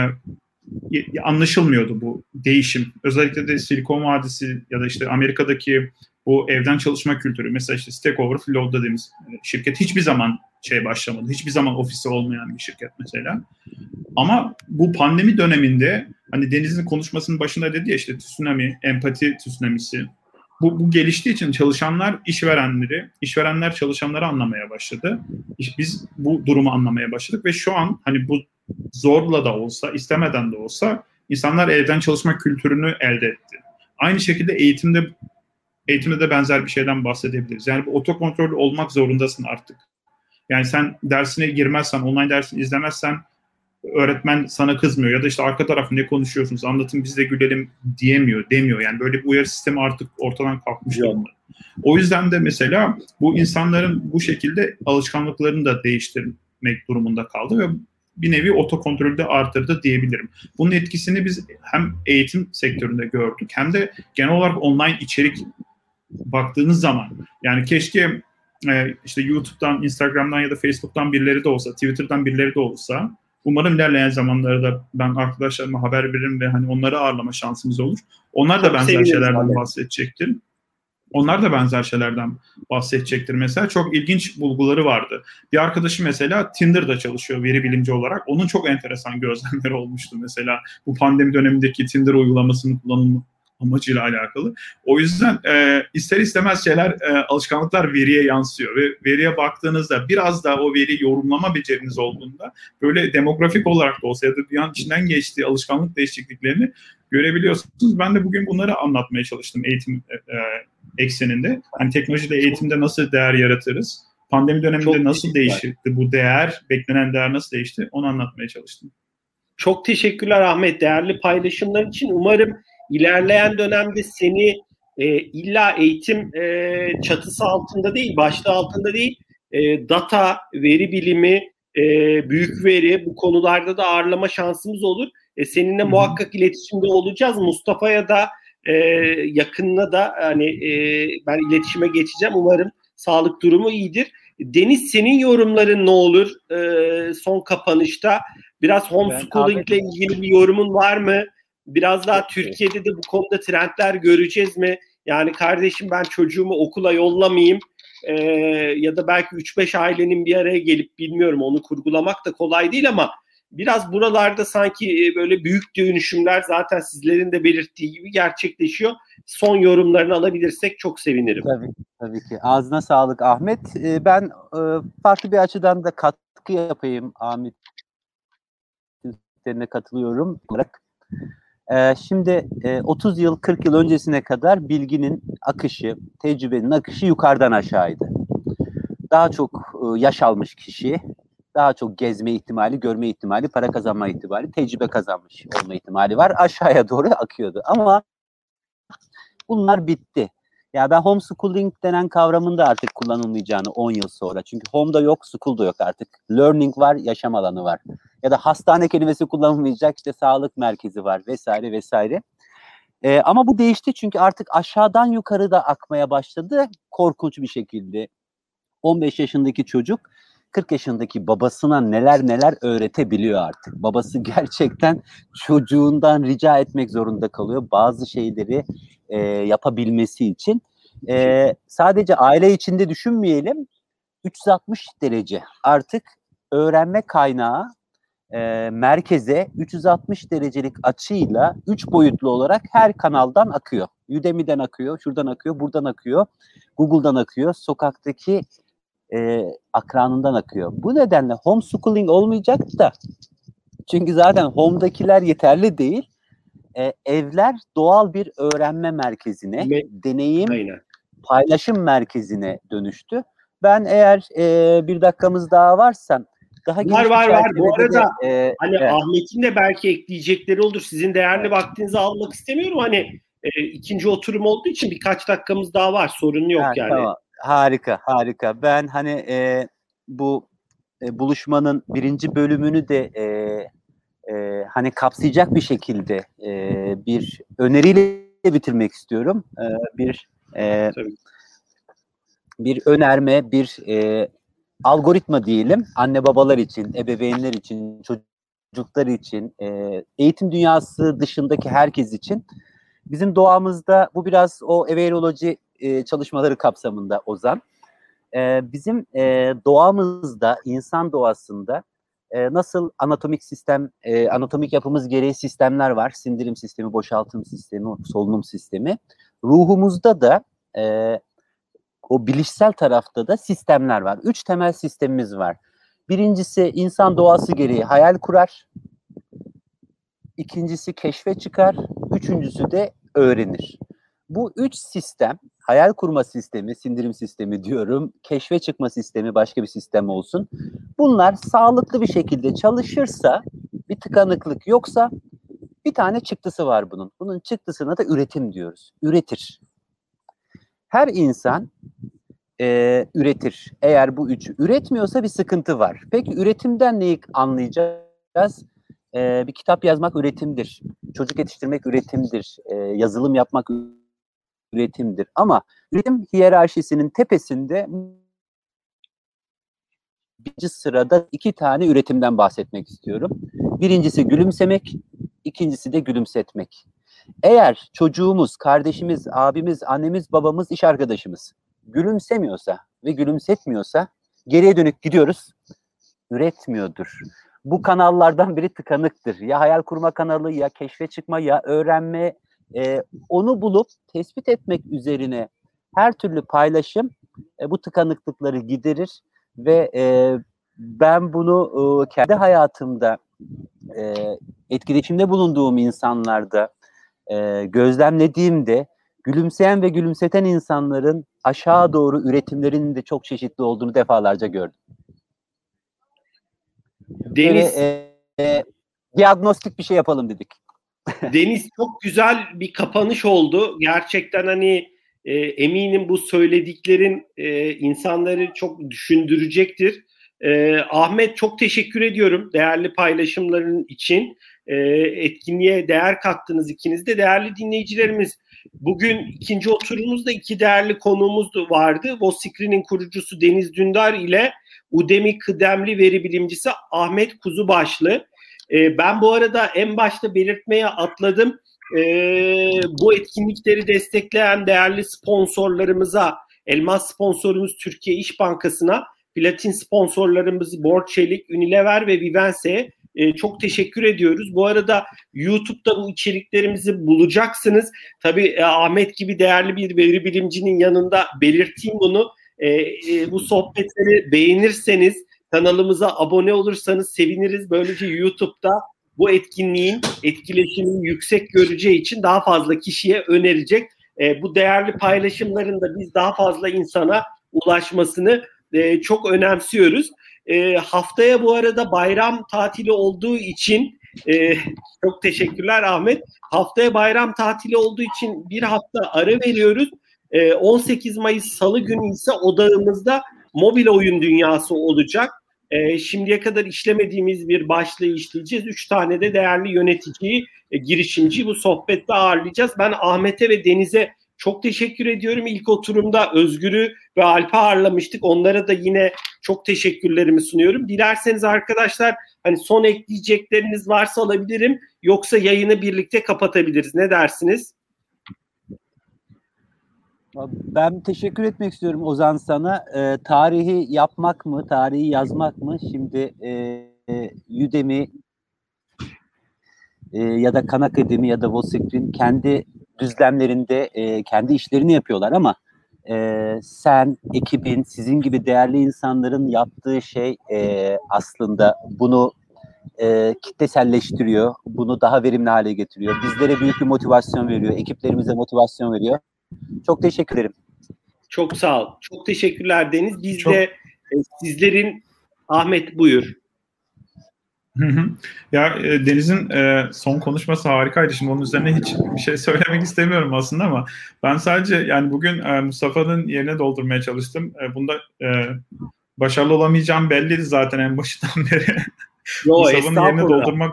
anlaşılmıyordu bu değişim. Özellikle de Silikon Vadisi ya da işte Amerika'daki bu evden çalışma kültürü. Mesela işte Stack Overflow dediğimiz şirket hiçbir zaman başlamadı. Hiçbir zaman ofisi olmayan bir şirket mesela. Ama bu pandemi döneminde hani Deniz'in konuşmasının başında dedi ya, işte tsunami, empati tsunamisi. Bu geliştiği için çalışanlar işverenler çalışanları anlamaya başladı. Biz bu durumu anlamaya başladık ve şu an hani bu zorla da olsa, istemeden de olsa insanlar evden çalışma kültürünü elde etti. Aynı şekilde eğitimde de benzer bir şeyden bahsedebiliriz. Yani bu otokontrol olmak zorundasın artık. Yani sen dersine girmezsen, online dersini izlemezsen öğretmen sana kızmıyor ya da işte arka tarafı ne konuşuyorsunuz, anlatın biz de gülelim demiyor. Yani böyle bir uyarı sistemi artık ortadan kalkmış durumda. O yüzden de mesela bu insanların bu şekilde alışkanlıklarını da değiştirmek durumunda kaldı ve bir nevi otokontrolü de artırdı diyebilirim. Bunun etkisini biz hem eğitim sektöründe gördük hem de genel olarak online içerik baktığınız zaman, yani keşke işte YouTube'dan, Instagram'dan ya da Facebook'tan birileri de olsa, Twitter'dan birileri de olsa, umarım ilerleyen zamanlarda ben arkadaşlarıma haber veririm ve hani onları ağırlama şansımız olur. Onlar da benzer şeylerden bahsedecektir. Mesela çok ilginç bulguları vardı. Bir arkadaşım mesela Tinder'da çalışıyor veri bilimci olarak. Onun çok enteresan gözlemleri olmuştu mesela bu pandemi dönemindeki Tinder uygulamasının kullanımı amacıyla alakalı. O yüzden ister istemez alışkanlıklar veriye yansıyor ve veriye baktığınızda biraz da o veri yorumlama beceriniz olduğunda böyle demografik olarak da olsa ya da bir an içinden geçtiği alışkanlık değişikliklerini görebiliyorsunuz. Ben de bugün bunları anlatmaya çalıştım eğitim ekseninde. Hani teknolojide eğitimde nasıl değer yaratırız? Pandemi döneminde Çok nasıl değişti bu değer, beklenen değer nasıl değişti onu anlatmaya çalıştım. Çok teşekkürler Ahmet, değerli paylaşımlar için. Umarım ilerleyen dönemde seni illa eğitim çatısı altında değil, başlığı altında değil, data, veri bilimi, büyük veri, bu konularda da ağırlama şansımız olur. Seninle muhakkak iletişimde olacağız. Mustafa'ya da yakınına da hani ben iletişime geçeceğim. Umarım sağlık durumu iyidir. Deniz, senin yorumların ne olur son kapanışta? Biraz homeschooling ile ilgili bir yorumun var mı? Biraz daha Türkiye'de de bu konuda trendler göreceğiz mi? Yani kardeşim ben çocuğumu okula yollamayayım ya da belki 3-5 ailenin bir araya gelip, bilmiyorum, onu kurgulamak da kolay değil ama biraz buralarda sanki böyle büyük dönüşümler zaten sizlerin de belirttiği gibi gerçekleşiyor. Son yorumlarını alabilirsek çok sevinirim. Tabii ki. Ağzına sağlık Ahmet. Ben farklı bir açıdan da katkı yapayım Ahmet. Katılıyorum. Şimdi 30 yıl, 40 yıl öncesine kadar bilginin akışı, tecrübenin akışı yukarıdan aşağıydı. Daha çok yaş almış kişi, daha çok gezme ihtimali, görme ihtimali, para kazanma ihtimali, tecrübe kazanmış olma ihtimali var. Aşağıya doğru akıyordu. Ama bunlar bitti. Ya ben homeschooling denen kavramın da artık kullanılmayacağını 10 yıl sonra. Çünkü home da yok, school da yok artık. Learning var, yaşam alanı var. Ya da hastane kelimesi kullanılmayacak, işte sağlık merkezi var vesaire vesaire. Ama bu değişti çünkü artık aşağıdan yukarıda akmaya başladı. Korkunç bir şekilde. 15 yaşındaki çocuk 40 yaşındaki babasına neler neler öğretebiliyor artık. Babası gerçekten çocuğundan rica etmek zorunda kalıyor bazı şeyleri yapabilmesi için. Sadece aile içinde düşünmeyelim. 360 derece artık öğrenme kaynağı merkeze 360 derecelik açıyla 3 boyutlu olarak her kanaldan akıyor. Udemy'den akıyor, şuradan akıyor, buradan akıyor, Google'dan akıyor, sokaktaki akranından akıyor. Bu nedenle homeschooling olmayacak da, çünkü zaten home'dakiler yeterli değil. Evler doğal bir öğrenme merkezine, deneyim, paylaşım merkezine dönüştü. Ben eğer bir dakikamız daha varsa daha var. Bu arada hani evet. Ahmet'in de belki ekleyecekleri olur. Sizin değerli vaktinizi almak istemiyorum. Hani ikinci oturum olduğu için birkaç dakikamız daha var. Sorun yok yani. Tamam. Harika. Ben hani bu buluşmanın birinci bölümünü de hani kapsayacak bir şekilde bir öneriyle bitirmek istiyorum. Bir önerme, bir algoritma diyelim, anne babalar için, ebeveynler için, çocuklar için, eğitim dünyası dışındaki herkes için. Bizim doğamızda, bu biraz o evolojik çalışmaları kapsamında Ozan. Bizim doğamızda, insan doğasında nasıl anatomik yapımız gereği sistemler var. Sindirim sistemi, boşaltım sistemi, solunum sistemi. Ruhumuzda da o bilişsel tarafta da sistemler var. 3 temel sistemimiz var. Birincisi, insan doğası gereği hayal kurar. İkincisi keşfe çıkar. Üçüncüsü de öğrenir. Bu 3 sistem, hayal kurma sistemi, sindirim sistemi diyorum, keşfe çıkma sistemi, başka bir sistem olsun. Bunlar sağlıklı bir şekilde çalışırsa, bir tıkanıklık yoksa, bir tane çıktısı var bunun. Bunun çıktısına da üretim diyoruz. Üretir. Her insan üretir. Eğer bu üçü üretmiyorsa bir sıkıntı var. Peki üretimden neyi anlayacağız? Bir kitap yazmak üretimdir. Çocuk yetiştirmek üretimdir. Yazılım yapmak üretimdir. Ama üretim hiyerarşisinin tepesinde birinci sırada 2 tane üretimden bahsetmek istiyorum. Birincisi gülümsemek, ikincisi de gülümsetmek. Eğer çocuğumuz, kardeşimiz, abimiz, annemiz, babamız, iş arkadaşımız gülümsemiyorsa ve gülümsetmiyorsa geriye dönük gidiyoruz, üretmiyordur. Bu kanallardan biri tıkanıktır. Ya hayal kurma kanalı, ya keşfe çıkma, ya öğrenme. Onu bulup tespit etmek üzerine her türlü paylaşım bu tıkanıklıkları giderir ve ben bunu kendi hayatımda etkileşimde bulunduğum insanlarda gözlemlediğimde gülümseyen ve gülümseten insanların aşağı doğru üretimlerinin de çok çeşitli olduğunu defalarca gördüm. Deniz, böyle, diagnostik bir şey yapalım dedik. Deniz, çok güzel bir kapanış oldu. Gerçekten hani eminim bu söylediklerin insanları çok düşündürecektir. Ahmet, çok teşekkür ediyorum değerli paylaşımların için. Etkinliğe değer kattınız ikiniz de. Değerli dinleyicilerimiz, bugün ikinci oturumumuzda iki değerli konuğumuz vardı. Vosikri'nin kurucusu Deniz Dündar ile Udemy kıdemli veri bilimcisi Ahmet Kuzubaşlı. Ben bu arada en başta belirtmeye atladım. Bu etkinlikleri destekleyen değerli sponsorlarımıza, elmas sponsorumuz Türkiye İş Bankası'na, platin sponsorlarımız Borçelik, Unilever ve Vivense'ye çok teşekkür ediyoruz. Bu arada YouTube'da bu içeriklerimizi bulacaksınız. Tabii Ahmet gibi değerli bir veri bilimcinin yanında belirteyim bunu. Bu sohbetleri beğenirseniz, kanalımıza abone olursanız seviniriz. Böylece YouTube'da bu etkinliğin etkileşimini yüksek göreceği için daha fazla kişiye önerecek. Bu değerli paylaşımların da biz daha fazla insana ulaşmasını çok önemsiyoruz. Haftaya bu arada bayram tatili olduğu için çok teşekkürler Ahmet. Haftaya bayram tatili olduğu için bir hafta ara veriyoruz. 18 Mayıs Salı günü ise odağımızda mobil oyun dünyası olacak. Şimdiye kadar işlemediğimiz bir başlığı işleyeceğiz. 3 tane de değerli yöneticiyi, girişimciyi bu sohbette ağırlayacağız. Ben Ahmet'e ve Deniz'e çok teşekkür ediyorum. İlk oturumda Özgür'ü ve Alp'i ağırlamıştık. Onlara da yine çok teşekkürlerimi sunuyorum. Dilerseniz arkadaşlar hani son ekleyecekleriniz varsa alabilirim. Yoksa yayını birlikte kapatabiliriz. Ne dersiniz? Ben teşekkür etmek istiyorum Ozan sana. Tarihi yapmak mı, tarihi yazmak mı? Şimdi Udemy ya da Khan Akademi ya da Vosikrin kendi düzlemlerinde kendi işlerini yapıyorlar ama sen, ekibin, sizin gibi değerli insanların yaptığı şey aslında bunu kitleselleştiriyor, bunu daha verimli hale getiriyor. Bizlere büyük bir motivasyon veriyor, ekiplerimize motivasyon veriyor. Çok teşekkür ederim. Çok sağ ol. Çok teşekkürler Deniz. Biz de sizlerin... Ahmet buyur. Ya Deniz'in son konuşması harikaydı. Şimdi onun üzerine hiç bir şey söylemek istemiyorum aslında ama ben sadece yani bugün Mustafa'nın yerine doldurmaya çalıştım. Bunda başarılı olamayacağım belliydi zaten en başından beri. Mustafa'nın yerine doldurmak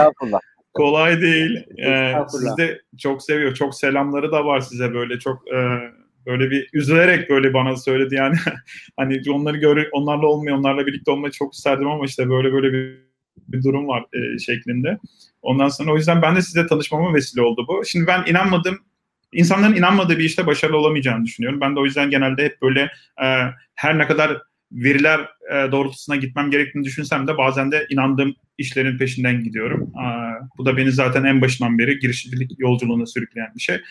kolay değil. Siz de çok seviyor. Çok selamları da var size, böyle çok böyle bir üzülerek böyle bana söyledi yani. Hani onlarla olmayı, onlarla birlikte olmayı çok isterdim ama işte böyle bir durum var şeklinde. Ondan sonra o yüzden ben de size tanışmama vesile oldu bu. Şimdi ben insanların inanmadığı bir işte başarılı olamayacağını düşünüyorum. Ben de o yüzden genelde hep böyle her ne kadar veriler doğrultusuna gitmem gerektiğini düşünsem de bazen de inandığım işlerin peşinden gidiyorum. Bu da beni zaten en başından beri girişimcilik yolculuğuna sürükleyen bir şey.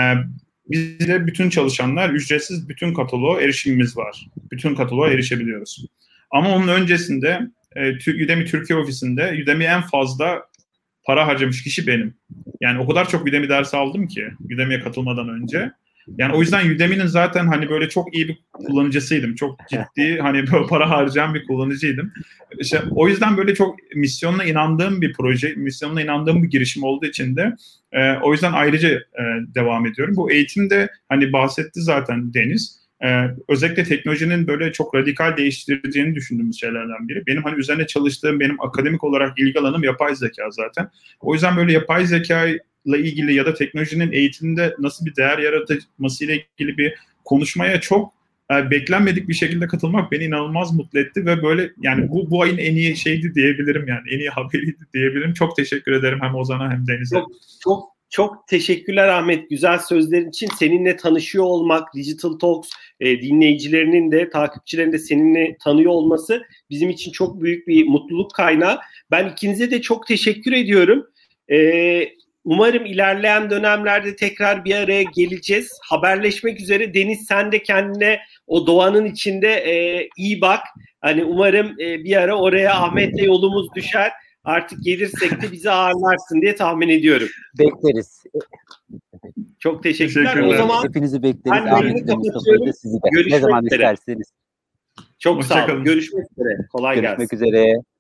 Bizde bütün çalışanlar ücretsiz, bütün kataloğa erişimimiz var. Bütün kataloğa erişebiliyoruz. Ama onun öncesinde Udemy Türkiye ofisinde Udemy'ye en fazla para harcamış kişi benim. Yani o kadar çok Udemy dersi aldım ki Udemy'ye katılmadan önce. Yani o yüzden Udemy'nin zaten hani böyle çok iyi bir kullanıcısıydım. Çok ciddi hani böyle para harcayan bir kullanıcıydım. İşte o yüzden böyle çok misyonuna inandığım bir proje, misyonuna inandığım bir girişim olduğu için de o yüzden ayrıca devam ediyorum. Bu eğitimde hani bahsetti zaten Deniz. Özellikle teknolojinin böyle çok radikal değiştireceğini düşündüğümüz şeylerden biri. Benim hani üzerine çalıştığım, benim akademik olarak ilgi alanım yapay zeka zaten. O yüzden böyle yapay zekayla ilgili ya da teknolojinin eğitimde nasıl bir değer yaratması ile ilgili bir konuşmaya çok beklenmedik bir şekilde katılmak beni inanılmaz mutlu etti ve böyle yani bu ayın en iyi şeydi diyebilirim, yani en iyi haberiydi diyebilirim. Çok teşekkür ederim hem Ozan'a hem Deniz'e. Çok teşekkürler Ahmet, güzel sözlerin için. Seninle tanışıyor olmak, Digital Talks dinleyicilerinin de, takipçilerinin de seninle tanıyor olması bizim için çok büyük bir mutluluk kaynağı. Ben ikinize de çok teşekkür ediyorum. Umarım ilerleyen dönemlerde tekrar bir araya geleceğiz. Haberleşmek üzere. Deniz, sen de kendine o doğanın içinde iyi bak. Hani umarım bir ara oraya Ahmet'le yolumuz düşer. Artık gelirsek de bizi ağırlarsın diye tahmin ediyorum. Bekleriz. Çok teşekkürler. Teşekkürler. O zaman hepinizi bekleriz. ben yayını Ahmet'le Mustafa'yı kapatıyorum. da sizi de. Ne Görüşmek zaman üzere. isterseniz. çok sağ Hoşçakalın. olun. Görüşmek üzere. Kolay gelsin. Görüşmek üzere.